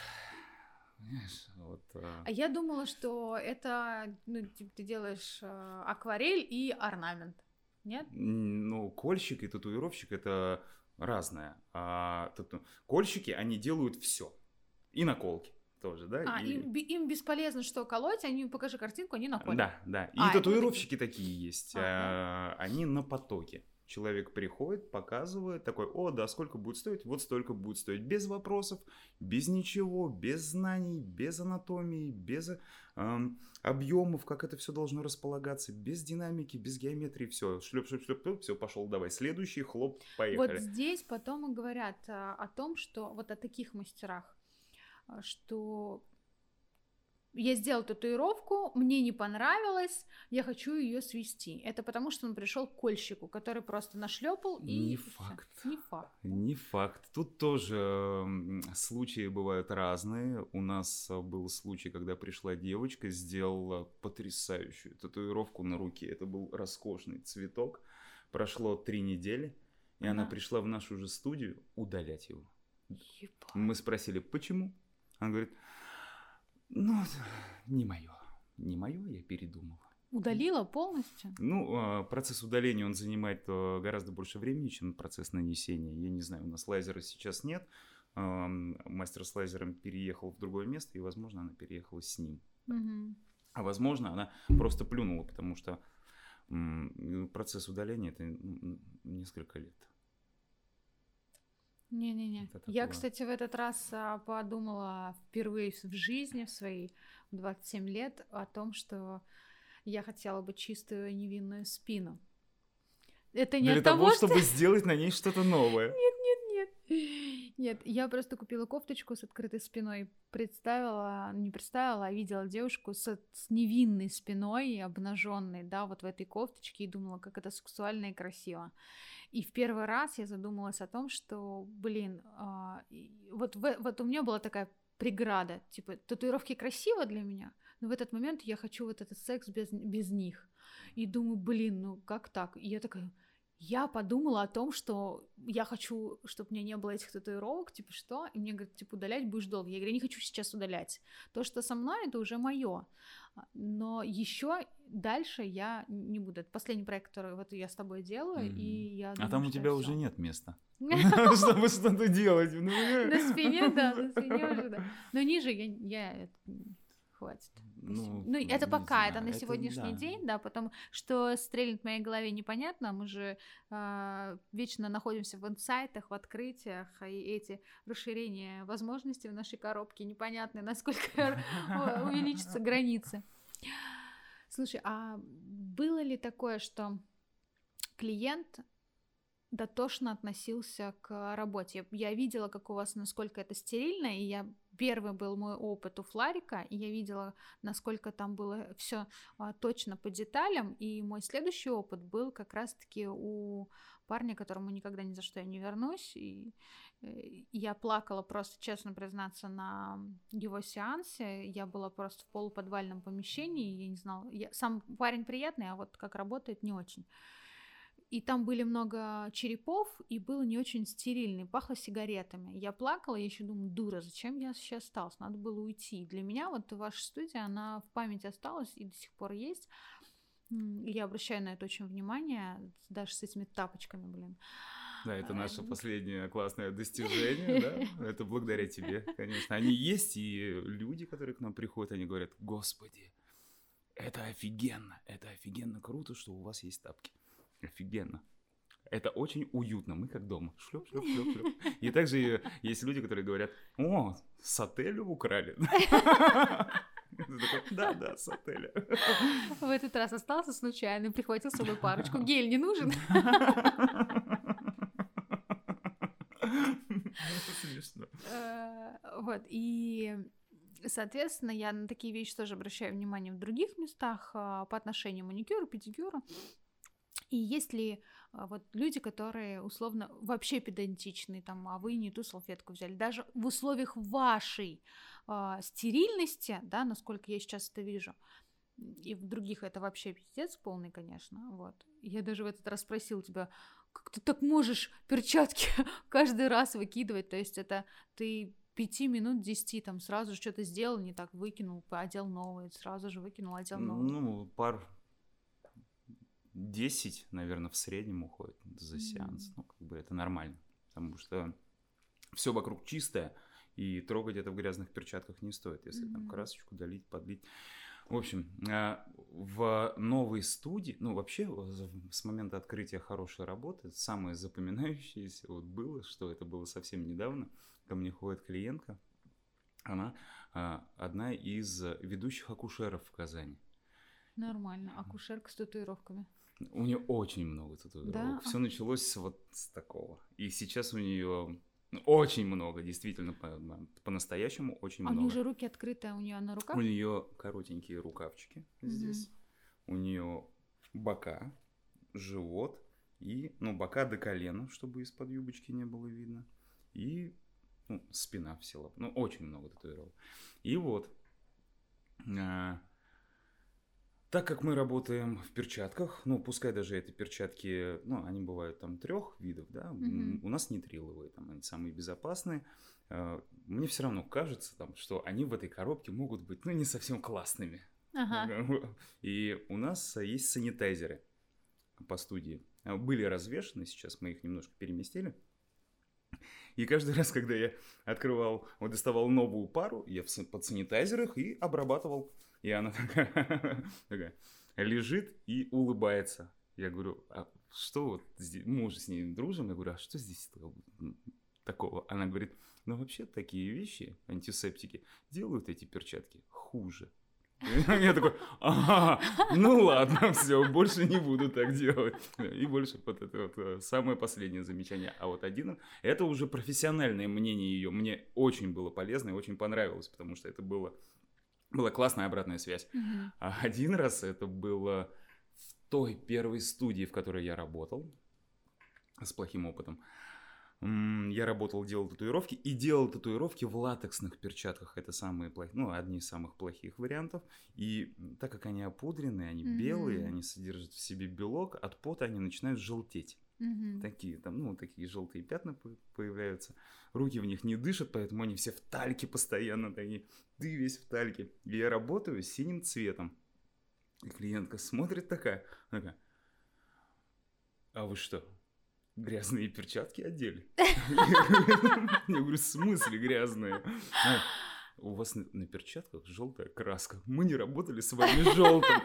Вот, а... а я думала, что это, ну, типа, ты делаешь э, акварель и орнамент. Нет? Ну, кольщик и татуировщик это разное. А тату... кольщики, они делают все. И наколки тоже, да? А, и... им, им бесполезно, что колоть, они, покажи картинку, они наколят. Да, да. И а, татуировщики такие есть. А, а, они на потоке. Человек приходит, показывает, такой, о, да, сколько будет стоить? Вот столько будет стоить. Без вопросов, без ничего, без знаний, без анатомии, без эм, объемов, как это все должно располагаться, без динамики, без геометрии, все, шлеп, шлеп, шлеп, шлеп, все, пошел, давай, следующий, хлоп, поехали. Вот здесь потом и говорят а, о том, что вот о таких мастерах, что я сделал татуировку, мне не понравилось, я хочу ее свести. Это потому, что он пришел к кольщику, который просто нашлепал и... Не факт. Не факт. Не факт. Тут тоже случаи бывают разные. У нас был случай, когда пришла девочка, сделала потрясающую татуировку на руке. Это был роскошный цветок. Прошло три недели, и ага. она пришла в нашу же студию удалять его. Ебать. Мы спросили, почему? Она говорит... Ну, не мое. Не мое, я передумала. Удалила полностью? Ну, процесс удаления, он занимает гораздо больше времени, чем процесс нанесения. Я не знаю, у нас лазера сейчас нет. Мастер с лазером переехал в другое место, и, возможно, она переехала с ним. Угу. А, возможно, она просто плюнула, потому что процесс удаления – это несколько лет. Не-не-не. Я, кстати, в этот раз а, подумала впервые в жизни, в свои двадцать семь лет, о том, что я хотела бы чистую невинную спину. Это не Для от того, того, что... чтобы сделать на ней что-то новое. Нет, нет, нет. Нет, я просто купила кофточку с открытой спиной, представила, не представила, а видела девушку с, с невинной спиной, обнаженной, да, вот в этой кофточке, и думала, как это сексуально и красиво. И в первый раз я задумалась о том, что, блин, а, вот, в, вот у меня была такая преграда, типа, татуировки красиво для меня, но в этот момент я хочу вот этот секс без, без них. И думаю, блин, ну как так? И я такая, я подумала о том, что я хочу, чтобы у меня не было этих татуировок, типа, что? И мне говорят, типа, удалять будешь долго. Я говорю, я не хочу сейчас удалять. То, что со мной, это уже мое. Но еще дальше я не буду. Это последний проект, который вот я с тобой делаю, mm-hmm. и я думаю, а там у тебя уже всё. нет места, чтобы что-то делать. На спине, да, на спине уже, да. Но ниже я... Хватит. Ну, ну это пока, знаю, это на это, сегодняшний да. день, да, потому что стрельнет в моей голове непонятно, мы же э, вечно находимся в инсайтах, в открытиях, и эти расширения возможностей в нашей коробке непонятно, насколько увеличатся границы. Слушай, а было ли такое, что клиент дотошно относился к работе? Я видела, как у вас, насколько это стерильно, и я первый был мой опыт у Фларика, и я видела, насколько там было все а, точно по деталям, и мой следующий опыт был как раз-таки у парня, которому никогда ни за что я не вернусь, и, и я плакала просто, честно признаться, на его сеансе, я была просто в полуподвальном помещении, я не знала, я, сам парень приятный, а вот как работает, не очень. И там были много черепов, и было не очень стерильно, пахло сигаретами. Я плакала, я еще думаю, дура, зачем я сейчас осталась? Надо было уйти. Для меня вот ваша студия, она в памяти осталась и до сих пор есть. И я обращаю на это очень внимание, даже с этими тапочками, блин. Да, это наше последнее классное достижение, да? Это благодаря тебе, конечно. Они есть, и люди, которые к нам приходят, они говорят, господи, это офигенно, это офигенно круто, что у вас есть тапки. Офигенно. Это очень уютно. Мы как дома. Шлеп, шлеп, шлеп, шлеп. И также есть люди, которые говорят, о, с отеля украли. Да, да, с отеля. В этот раз остался случайно, прихватил с собой парочку. Гель не нужен? Смешно. Вот, и... Соответственно, я на такие вещи тоже обращаю внимание в других местах по отношению маникюра, педикюра. И есть ли а, вот люди, которые условно вообще педантичны, там, а вы не ту салфетку взяли, даже в условиях вашей а, стерильности, да, насколько я сейчас это вижу, и в других это вообще пиздец полный, конечно, вот. Я даже в этот раз спросила тебя, как ты так можешь перчатки каждый раз выкидывать, то есть это ты пяти минут, десяти, там, сразу же что-то сделал, не так выкинул, одел новый, сразу же выкинул, одел новый. Ну, пар... десять, наверное, в среднем уходит за сеанс. Mm-hmm. Ну, как бы это нормально, потому что все вокруг чистое, и трогать это в грязных перчатках не стоит, если mm-hmm. там красочку долить, подлить. В общем, в новой студии, ну, вообще, с момента открытия хорошей работы, самое запоминающееся вот было, что это было совсем недавно, ко мне ходит клиентка, она одна из ведущих акушеров в Казани. Нормально. Акушерка с татуировками. У нее очень много татуировок. Да? Все началось вот с такого. И сейчас у нее очень много, действительно, по- по-настоящему очень А у много. нее же руки открытые, у нее на руках? У нее коротенькие рукавчики Мгм. здесь. У нее бока, живот и, ну, бока до колена, чтобы из-под юбочки не было видно. И, ну, спина все лапы. Ну, очень много татуировок. И вот, а, так как мы работаем в перчатках, ну, пускай даже эти перчатки, ну, они бывают там трех видов, да, Мгм. у нас нитриловые, там, они самые безопасные. А, Мне все равно кажется, там, что они в этой коробке могут быть, ну, не совсем классными. Ага. И у нас есть санитайзеры по студии. Были развешаны, сейчас мы их немножко переместили. И каждый раз, когда я открывал, вот доставал новую пару, я в са- под санитайзер их и обрабатывал. И она такая, такая лежит и улыбается. Я говорю, а что вот здесь? Мы уже с ней дружим. Я говорю, а что здесь такого? Она говорит, ну вообще такие вещи, антисептики, делают эти перчатки хуже. Я такой, ага, ну ладно, все, больше не буду так делать. И больше вот это вот э, самое последнее замечание. А вот один, это уже профессиональное мнение ее. Мне очень было полезно и очень понравилось, потому что это было, была классная обратная связь. Мгм. А один раз это было в той первой студии, в которой я работал, с плохим опытом. М, Я работал, делал татуировки и делал татуировки в латексных перчатках. Это самые плохие, ну, одни из самых плохих вариантов. И м, так как они опудренные, они Мгм. белые, они содержат в себе белок, от пота они начинают желтеть. Мгм. Такие там, ну, такие желтые пятна по- появляются. Руки в них не дышат, поэтому они все в тальке постоянно такие. Ты весь в тальке. И я работаю с синим цветом. И клиентка смотрит такая, она такая, а вы что, грязные перчатки одели? Я говорю, в смысле грязные? Она, у вас на, на перчатках желтая краска. Мы не работали с вами желтым.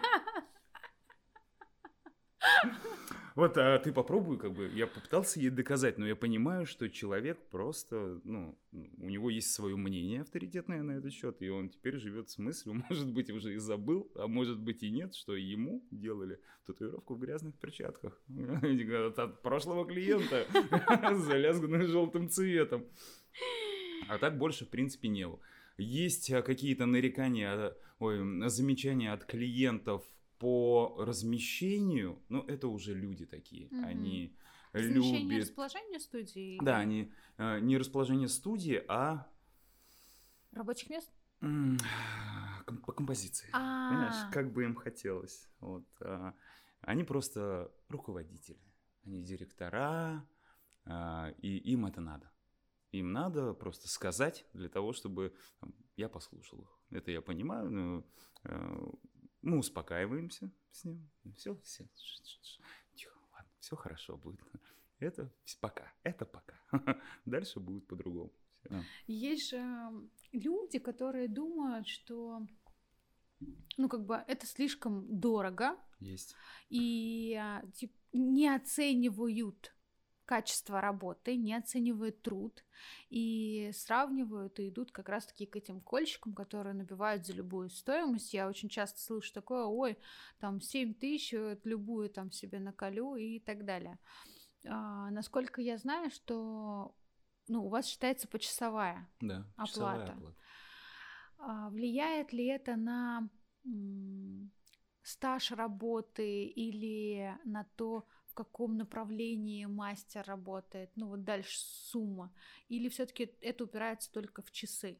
Вот, а ты попробуй, как бы, я попытался ей доказать, но я понимаю, что человек просто, ну, у него есть свое мнение авторитетное на этот счет, и он теперь живет с мыслью, может быть, уже и забыл, а может быть и нет, что ему делали татуировку в грязных перчатках. От прошлого клиента, залязганных желтым цветом. А так больше, в принципе, не было. Есть а, какие-то нарекания, ой, замечания от клиентов по размещению, но это уже люди такие. Мгм. Они Размещение, любят... расположение студии? Да, или они э, не расположение студии, а Рабочих мест? м, ком- по композиции. Понимаешь, А, как бы им хотелось. Вот, а, они просто руководители, они директора, а, и им это надо. Им надо просто сказать для того, чтобы там, я послушал их. Это я понимаю, но э, мы успокаиваемся с ним. Все, все, тихо, ладно, все хорошо будет. Это вс- пока, это пока. Дальше будет по-другому. Всё. есть же м, люди, которые думают, что, ну, как бы это слишком дорого, Есть. и а, тип, не оценивают качество работы, не оценивают труд, и сравнивают, и идут как раз-таки к этим кольщикам, которые набивают за любую стоимость. Я очень часто слышу такое, ой, там семь тысяч, вот любую там себе наколю и так далее. А, насколько я знаю, что, ну, у вас считается почасовая Да, часовая оплата. оплата. А, влияет ли это на м, стаж работы или на то, в каком направлении мастер работает, ну вот дальше сумма, или все-таки это упирается только в часы?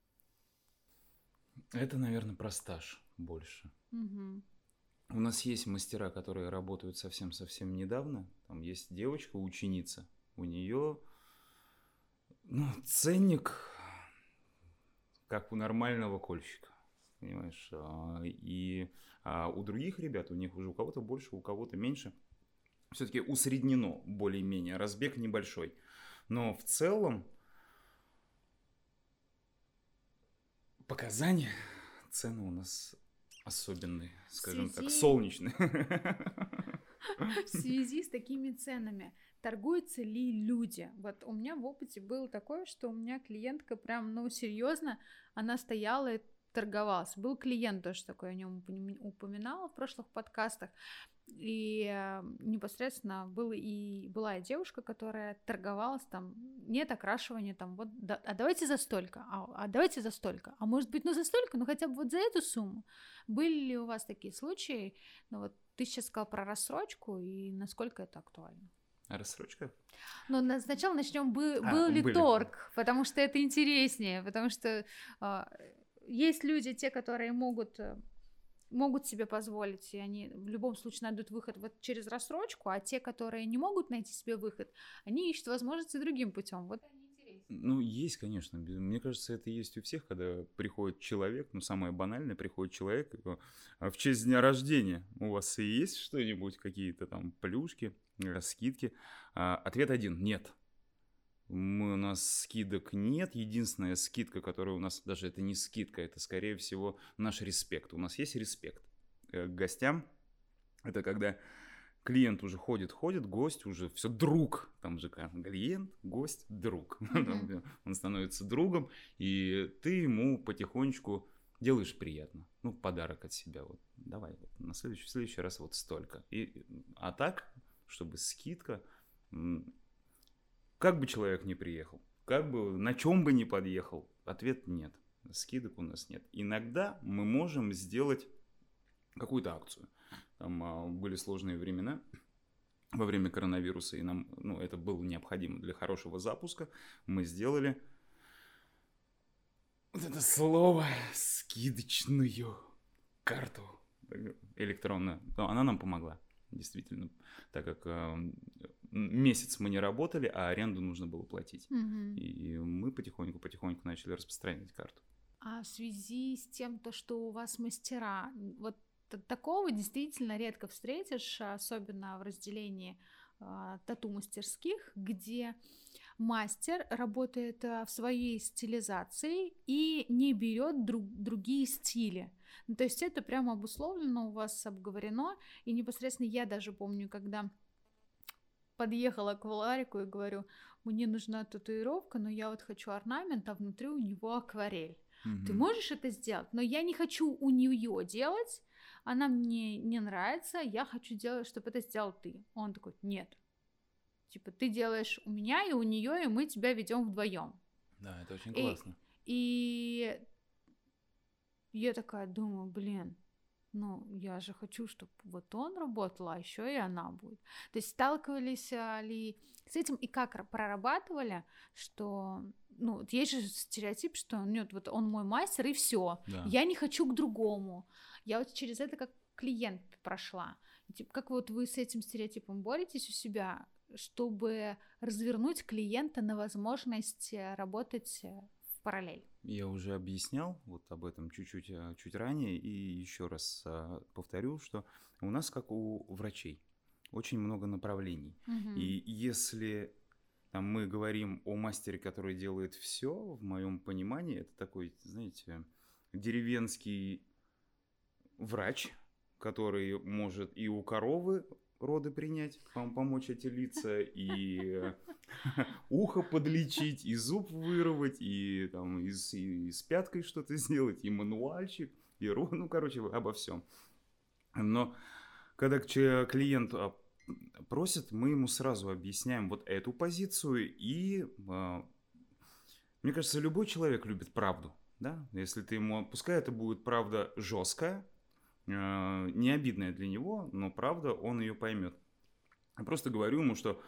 Это, наверное, про стаж больше. Мгм. У нас есть мастера, которые работают совсем-совсем недавно. Там есть девочка, ученица. У нее, ну, ценник, как у нормального кольщика. Понимаешь? А, И а у других ребят, у них уже у кого-то больше, у кого-то меньше. Все-таки усреднено более-менее. Разбег небольшой. Но в целом показания, цены у нас особенный, скажем связи... так, солнечный. В связи с такими ценами торгуются ли люди? Вот у меня в опыте было такое, что у меня клиентка прям, ну, серьезно, она стояла и торговалась. Был клиент тоже такой, о нем упоминала в прошлых подкастах. И э, непосредственно был и, была и девушка, которая торговалась там, нет окрашивания, там, вот, да, а давайте за столько, а, а давайте за столько, а может быть, ну за столько, ну хотя бы вот за эту сумму. Были ли у вас такие случаи? Ну вот ты сейчас сказал про рассрочку, и насколько это актуально? А рассрочка? Ну, на, сначала начнем, был, а, был ли были. торг, потому что это интереснее, потому что э, есть люди, те, которые могут... могут себе позволить, и они в любом случае найдут выход вот через рассрочку, а те, которые не могут найти себе выход, они ищут возможности другим путем. Вот они интересны. Ну, есть, конечно. Мне кажется, это есть у всех, когда приходит человек, ну, самое банальное, приходит человек в честь дня рождения. У вас и есть что-нибудь, какие-то там плюшки, скидки? Ответ один – нет. Мы, у нас скидок нет. Единственная скидка, которая у нас, даже это не скидка, это, скорее всего, наш респект. У нас есть респект к гостям. Это когда клиент уже ходит, ходит, гость уже все друг. Там же клиент, гость, друг. Mm-hmm. Он становится другом, и ты ему потихонечку делаешь приятно. Ну, подарок от себя. Вот, давай, вот, на следующий, в следующий раз вот столько. И, а так, чтобы скидка... Как бы человек ни приехал, как бы, на чем бы ни подъехал, ответ нет. Скидок у нас нет. Иногда мы можем сделать какую-то акцию. Там а, были сложные времена во время коронавируса, и нам, ну, это было необходимо для хорошего запуска. Мы сделали вот это слово скидочную карту электронную. Но она нам помогла, действительно, так как а, месяц мы не работали, а аренду нужно было платить. Mm-hmm. И мы потихоньку-потихоньку начали распространять карту. А в связи с тем, то, что у вас мастера, вот такого действительно редко встретишь, особенно в разделении э, тату-мастерских, где мастер работает э, в своей стилизации и не берет друг, другие стили. Ну, то есть это прямо обусловлено, у вас обговорено, и непосредственно я даже помню, когда подъехала к Валарику и говорю, мне нужна татуировка, но я вот хочу орнамент, а внутри у него акварель. Mm-hmm. Ты можешь это сделать? Но я не хочу у нее делать, она мне не нравится, я хочу делать, чтобы это сделал ты. Он такой, нет. Типа, ты делаешь у меня и у нее, и мы тебя ведем вдвоем. Да, это очень классно. И, и я такая думаю, блин, ну, я же хочу, чтобы вот он работал, а еще и она будет. То есть сталкивались ли с этим и как прорабатывали, что, ну, есть же стереотип, что нет, вот он мой мастер, и все. Да. Я не хочу к другому. Я вот через это как клиент прошла. Типа, как вот вы с этим стереотипом боретесь у себя, чтобы развернуть клиента на возможность работать в параллель? Я уже объяснял вот об этом чуть-чуть чуть ранее, и еще раз повторю, что у нас, как у врачей, очень много направлений. Угу. И если там, мы говорим о мастере, который делает все, в моем понимании, это такой, знаете, деревенский врач, который может и у коровы роды принять, помочь отелиться, и ухо подлечить, и зуб вырвать, и там и с, и с пяткой что-то сделать, и мануальчик, и ну, короче, обо всем. Но когда клиент просит, мы ему сразу объясняем вот эту позицию, и мне кажется, любой человек любит правду, да? Если ты ему, пускай это будет правда жесткая, не обидная для него, но правда, он ее поймет. Я просто говорю ему, что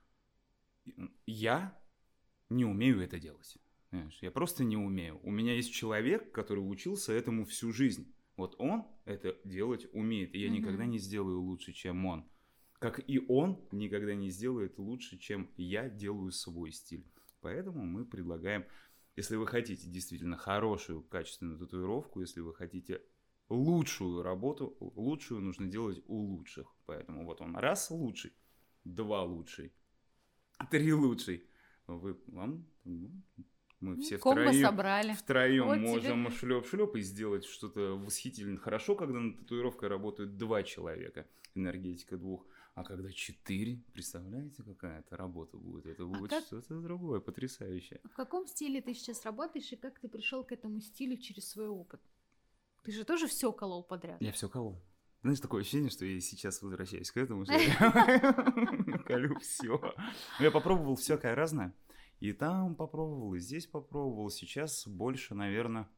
я не умею это делать. Понимаешь? Я просто не умею. У меня есть человек, который учился этому всю жизнь. Вот он это делать умеет, и я mm-hmm. никогда не сделаю лучше, чем он. Как и он никогда не сделает лучше, чем я делаю свой стиль. Поэтому мы предлагаем, если вы хотите действительно хорошую, качественную татуировку, если вы хотите лучшую работу, лучшую нужно делать у лучших. Поэтому вот он раз лучший, два лучший, три лучший. Вы, вам Мы все Комбо втроем, собрали. втроем Вот можем тебе. шлеп-шлеп и сделать что-то восхитительно. Хорошо, когда над татуировкой работают два человека, энергетика двух. А когда четыре, представляете, какая это работа будет? Это А будет как- что-то другое, потрясающее. В каком стиле ты сейчас работаешь и как ты пришел к этому стилю через свой опыт? Ты же тоже все колол подряд. Я все колол. Знаешь, такое ощущение, что я сейчас возвращаюсь к этому, что я колю все. Я попробовал всякое разное. И там попробовал, и здесь попробовал. Сейчас больше, наверное,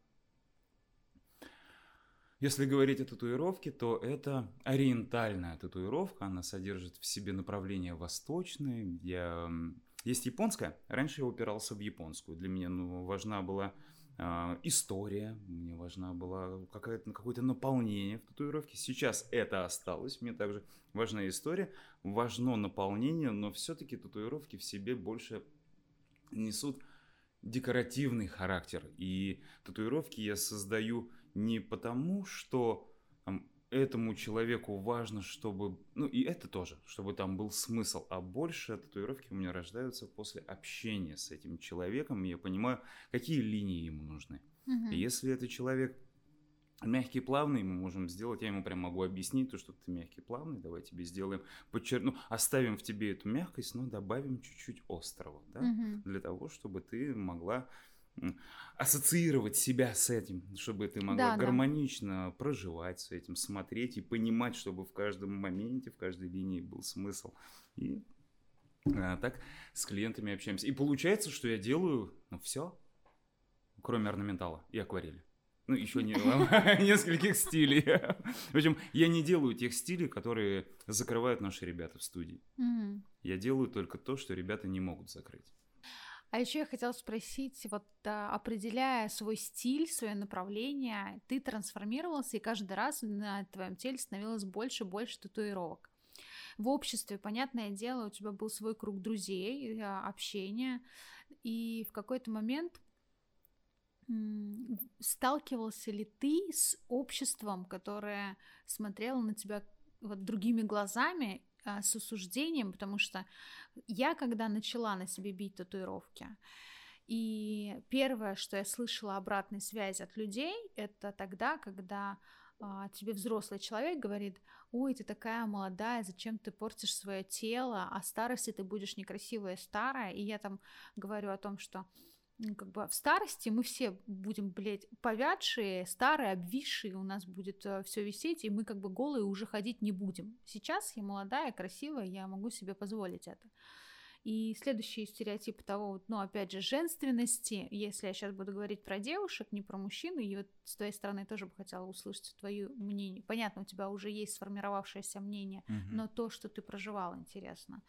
если говорить о татуировке, то это ориентальная татуировка. Она содержит в себе направление восточное. Я... м, Есть японская. Раньше я упирался в японскую. Для меня ну, важна была а, история. Мне важна была какая-то, какое-то наполнение в татуировке. Сейчас это осталось. Мне также важна история. Важно наполнение, но все-таки татуировки в себе больше несут декоративный характер. И татуировки я создаю не потому, что там, этому человеку важно, чтобы... Ну, и это тоже, чтобы там был смысл. А больше татуировки у меня рождаются после общения с этим человеком. И я понимаю, какие линии ему нужны. Мгм. И если это человек мягкий, плавный, мы можем сделать, я ему прям могу объяснить, то, что ты мягкий, плавный, давай тебе сделаем, подчер... ну, оставим в тебе эту мягкость, но добавим чуть-чуть острого, да, Мгм. для того, чтобы ты могла м, ассоциировать себя с этим, чтобы ты могла Да, да. гармонично проживать с этим, смотреть и понимать, чтобы в каждом моменте, в каждой линии был смысл. И а, так с клиентами общаемся. И получается, что я делаю, ну, все, кроме орнаментала и акварели. Ну, еще не нескольких стилей. В общем, я не делаю тех стилей, которые закрывают наши ребята в студии. Мгм. Я делаю только то, что ребята не могут закрыть. А еще я хотела спросить, вот а, определяя свой стиль, свое направление, ты трансформировался, и каждый раз на твоем теле становилось больше и больше татуировок. В обществе, понятное дело, у тебя был свой круг друзей, а, общения, и в какой-то момент м, сталкивался ли ты с обществом, которое смотрело на тебя вот другими глазами, а, с осуждением, потому что я, когда начала на себе бить татуировки, и первое, что я слышала обратной связи от людей, это тогда, когда а, тебе взрослый человек говорит: ой, ты такая молодая, зачем ты портишь свое тело, а в старости ты будешь некрасивая и старая. И я там говорю о том, что ну, как бы в старости мы все будем, блядь, повядшие, старые, обвисшие, у нас будет все висеть, и мы как бы голые уже ходить не будем. Сейчас я молодая, красивая, я могу себе позволить это. И следующий стереотип того, вот, ну, опять же, женственности, если я сейчас буду говорить про девушек, не про мужчин, и вот с твоей стороны тоже бы хотела услышать твое мнение. Понятно, у тебя уже есть сформировавшееся мнение, Мгм. но то, что ты проживал, интересно.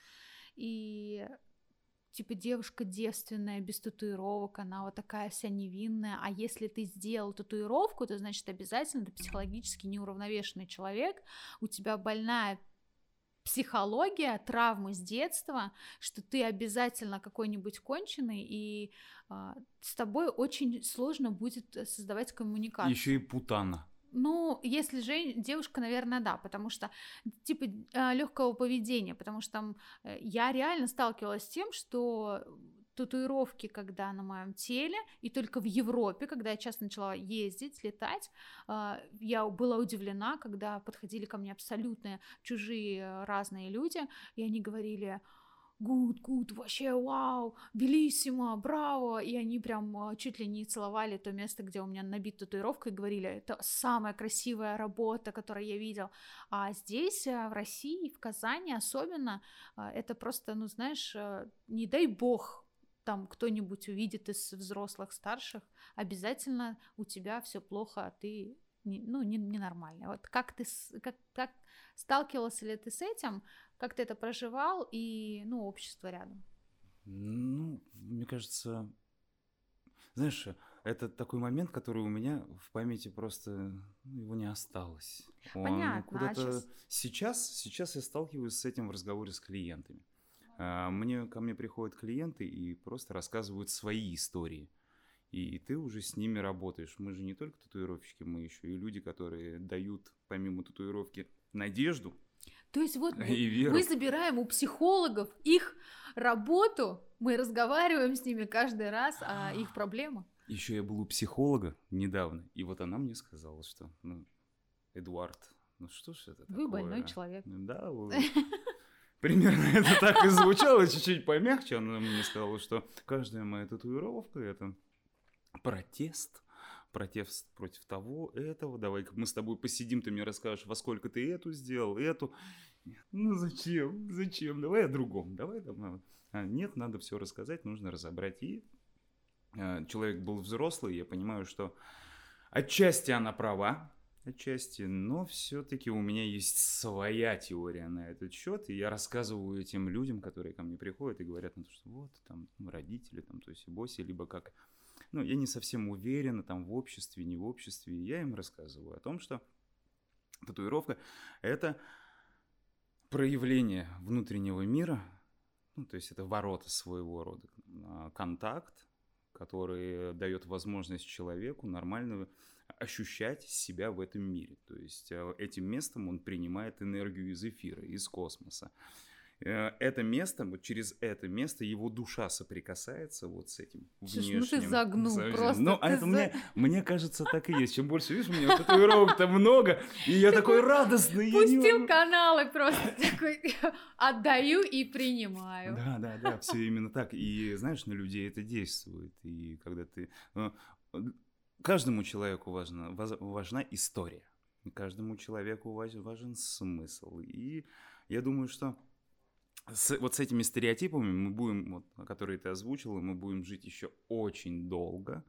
И типа девушка девственная, без татуировок, она вот такая вся невинная, а если ты сделал татуировку, то значит обязательно ты психологически неуравновешенный человек, у тебя больная психология, травмы с детства, что ты обязательно какой-нибудь конченый, и а, с тобой очень сложно будет создавать коммуникацию. Еще и путана. Ну, если же девушка, наверное, да, потому что типа легкого поведения, потому что там э, я реально сталкивалась с тем, что татуировки, когда на моем теле, и только в Европе, когда я часто начала ездить, летать, э, я была удивлена, когда подходили ко мне абсолютно чужие э, разные люди, и они говорили: гуд, гуд, вообще вау, белиссимо, браво, и они прям а, чуть ли не целовали то место, где у меня набит татуировкой, и говорили: это самая красивая работа, которую я видел. А здесь, а, в России, в Казани особенно, а, это просто, ну знаешь, а, не дай бог там кто-нибудь увидит из взрослых, старших, обязательно у тебя все плохо, а ты не, ну, не, ненормальный. Вот как ты, как, как сталкивался ли ты с этим? Как ты это проживал и, ну, общество рядом? Ну, мне кажется, знаешь, это такой момент, который у меня в памяти просто, ну, его не осталось. Он Понятно, а куда-то... сейчас... Сейчас, сейчас я сталкиваюсь с этим в разговоре с клиентами. А, Мне, ко мне приходят клиенты и просто рассказывают свои истории. И ты уже с ними работаешь. Мы же не только татуировщики, мы еще и люди, которые дают, помимо татуировки, надежду То есть вот мы забираем у психологов их работу, мы разговариваем с ними каждый раз о их проблемах. Еще я был у психолога недавно, и вот она мне сказала, что, ну, Эдуард, ну что ж это такое? Вы больной человек. Да, примерно это так и звучало, чуть-чуть помягче. Она мне сказала, что каждая моя татуировка — это протест. Протест против того, этого. Давай мы с тобой посидим, ты мне расскажешь, во сколько ты эту сделал, эту. Ну зачем? Зачем? Давай о другом. Давай там. А, нет, надо все рассказать, нужно разобрать. И а, человек был взрослый, я понимаю, что отчасти она права, отчасти, но все-таки у меня есть своя теория на этот счет, и я рассказываю этим людям, которые ко мне приходят и говорят, ну, что вот там родители, там, то есть боси, либо как. Ну, я не совсем уверен, там, в обществе, не в обществе. Я им рассказываю о том, что татуировка – это проявление внутреннего мира, ну, то есть это ворота своего рода, контакт, который дает возможность человеку нормально ощущать себя в этом мире. То есть этим местом он принимает энергию из эфира, из космоса. Это место, вот через это место его душа соприкасается вот с этим внешним. Ну ты загнул совсем. просто. Ну, а это за... мне, мне кажется, так и есть. Чем больше, видишь, у меня татуировок-то много, и я такой радостный. Пустил каналы просто такой, отдаю и принимаю. Да, да, да, все именно так. И знаешь, на людей это действует. И когда ты... Каждому человеку важна, важна история. Каждому человеку важен смысл. И я думаю, что С, вот с этими стереотипами мы будем, вот, которые ты озвучила, мы будем жить еще очень долго.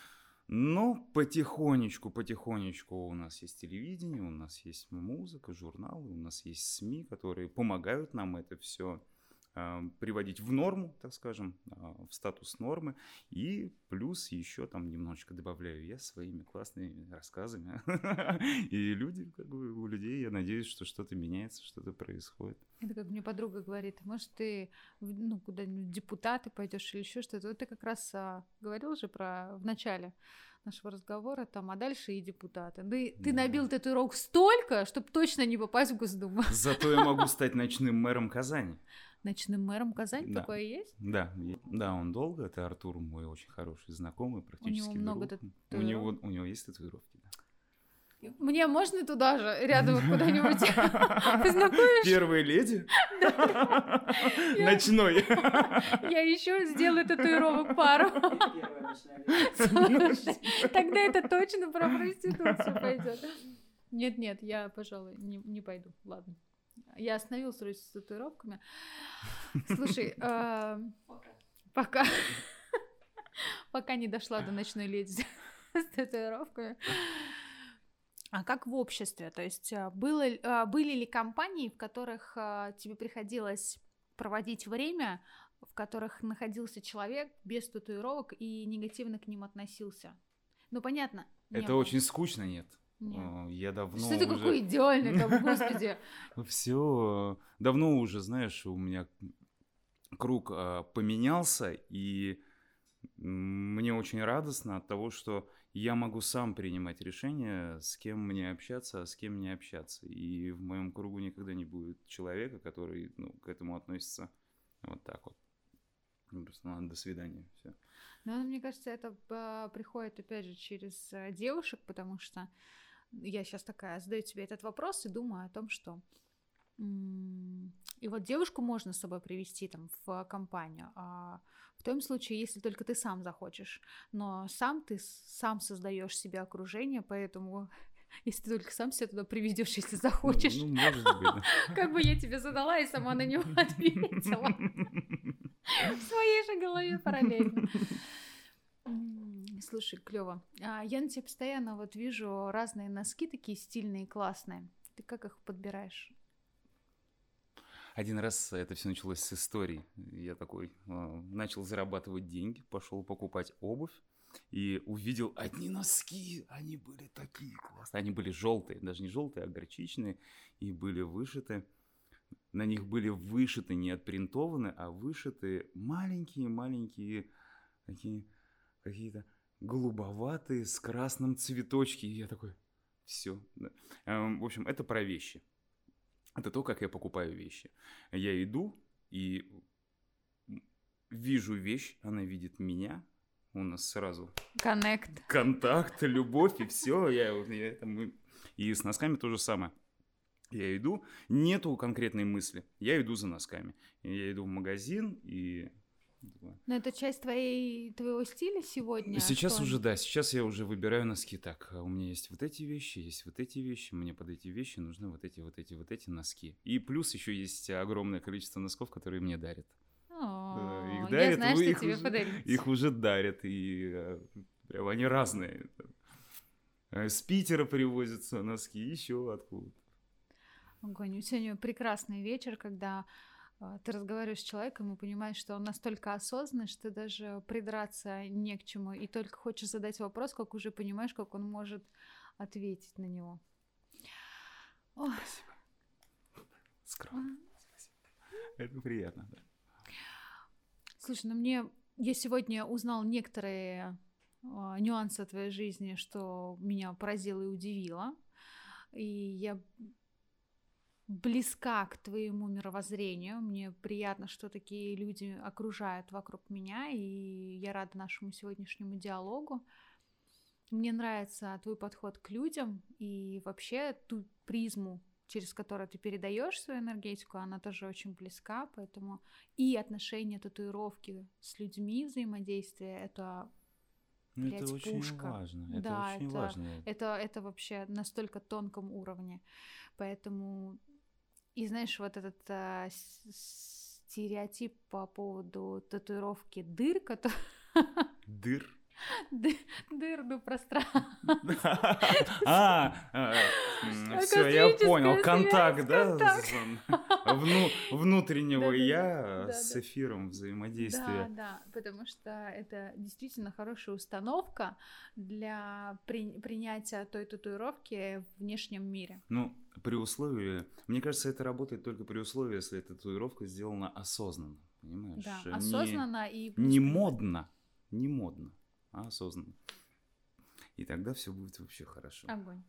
Но потихонечку, потихонечку у нас есть телевидение, у нас есть музыка, журналы, у нас есть СМИ, которые помогают нам это все э, приводить в норму, так скажем, э, в статус нормы. И плюс еще там немножечко добавляю я своими классными рассказами. И люди, как бы, у людей, я надеюсь, что что-то меняется, что-то происходит. Это как мне подруга говорит, может, ты ну, куда-нибудь в депутаты пойдешь или еще что-то. Вот ты как раз а, говорил же про в начале нашего разговора, там, а дальше и депутаты. Ты, ты набил татуировок столько, чтобы точно не попасть в Госдуму. Зато я могу стать ночным мэром Казани. Ночным мэром Казани? Да. Такое есть? Да, да, он долго. Это Артур, мой очень хороший знакомый, практически У него много друг. татуировок? У него, у него есть татуировки, да. Мне можно туда же, рядом куда-нибудь познакомишь? Первая леди? Ночной. Я еще сделаю татуировок пару. Тогда это точно про проституцию пойдет. Нет-нет, я, пожалуй, не, не пойду. Ладно. Я остановилась с татуировками. Слушай, э, пока пока не дошла до ночной леди с татуировками. А как в обществе? То есть было, были ли компании, в которых тебе приходилось проводить время, в которых находился человек без татуировок и негативно к ним относился? Ну, понятно. Это было. Очень скучно, нет. Нет. Я давно Что ты уже... какой идеальный там, господи. Все, давно уже, знаешь, у меня круг поменялся, и мне очень радостно от того, что я могу сам принимать решения, с кем мне общаться, а с кем не общаться. И в моем кругу никогда не будет человека, который, ну, к этому относится вот так вот. Просто ладно, до свидания. Все. Ну, мне кажется, это приходит, опять же, через девушек, потому что я сейчас такая задаю тебе этот вопрос и думаю о том, что и вот девушку можно с собой привести там в компанию, а в том случае, если только ты сам захочешь, но сам ты сам создаешь себе окружение, поэтому если ты только сам себя туда приведешь, если захочешь. Ну, ну может быть, да. Как бы я тебе задала и сама на него ответила. В своей же голове параллельно. Слушай, клево. Я на тебе постоянно вот вижу разные носки такие стильные, классные. Ты как их подбираешь? Один раз это все началось с истории. Я такой э, начал зарабатывать деньги, пошел покупать обувь и увидел одни носки. Они были такие классные. Они были желтые, даже не желтые, а горчичные, и были вышиты. На них были вышиты, не отпринтованы, а вышиты маленькие-маленькие такие какие-то голубоватые с красным цветочки. И я такой, все. Да. Э, в общем, это про вещи. это то, как я покупаю вещи. Я иду и вижу вещь, она видит меня, у нас сразу Коннект. Контакт, любовь и все. Я, я, там, и с носками то же самое. Я иду, нету конкретной мысли, я иду за носками. Я иду в магазин и... Но это часть твоей, твоего стиля сегодня? Сейчас что? уже, да, сейчас я уже выбираю носки. Так, у меня есть вот эти вещи, есть вот эти вещи, мне под эти вещи нужны вот эти, вот эти, вот эти носки. И плюс еще есть огромное количество носков, которые мне дарят. О, их дарят, я знаю, ну, что их тебе уже, подарить. Их уже дарят, и прям они разные. С Питера привозятся носки, еще откуда-то. Огонь. Сегодня прекрасный вечер, когда э, ты разговариваешь с человеком и понимаешь, что он настолько осознанный, что даже придраться не к чему, и только хочешь задать вопрос, как уже понимаешь, как он может ответить на него. Ой. Спасибо. Скромно. Спасибо. Это приятно, да. Слушай, ну мне... Я сегодня узнал некоторые э, нюансы твоей жизни, что меня поразило и удивило. И я близка к твоему мировоззрению. Мне приятно, что такие люди окружают вокруг меня, и я рада нашему сегодняшнему диалогу. Мне нравится твой подход к людям и вообще ту призму, через которую ты передаешь свою энергетику, она тоже очень близка, поэтому и отношения татуировки с людьми, взаимодействие, это, блядь, это очень пушка. важно. Это да, очень это, важно. Это, это вообще настолько тонком уровне. Поэтому, и знаешь, вот этот а, стереотип по поводу татуировки дыр, который... Дыр? Дыр, ну, пространство. А, все, я понял. Контакт, да? Внутреннего я с эфиром взаимодействия. Да, да, потому что это действительно хорошая установка для принятия той татуировки в внешнем мире. Ну, при условии... Мне кажется, это работает только при условии, если эта татуировка сделана осознанно. Понимаешь? Да, осознанно и... Не модно. Не модно. А осознанно. И тогда все будет вообще хорошо. Огонь.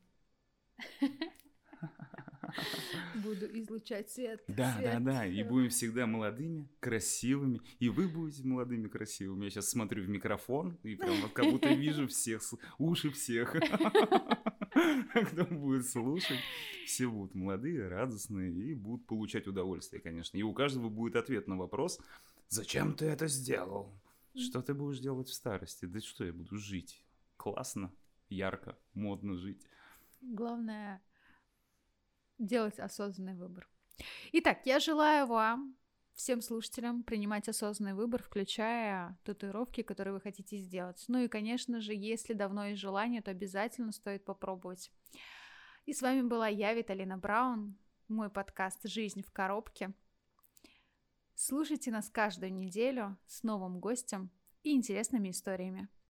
Буду излучать свет. Да, свет. да, да. И будем всегда молодыми, красивыми. И вы будете молодыми, красивыми. Я сейчас смотрю в микрофон и прям вот как будто вижу всех, уши всех. Кто будет слушать, все будут молодые, радостные и будут получать удовольствие, конечно. И у каждого будет ответ на вопрос: зачем ты это сделал? Что ты будешь делать в старости? Да что, я буду жить. Классно, ярко, модно жить. Главное делать осознанный выбор. Итак, я желаю вам, всем слушателям, принимать осознанный выбор, включая татуировки, которые вы хотите сделать. Ну и, конечно же, если давно есть желание, то обязательно стоит попробовать. И с вами была я, Виталина Браун, мой подкаст «Жизнь в коробке». Слушайте нас каждую неделю с новым гостем и интересными историями.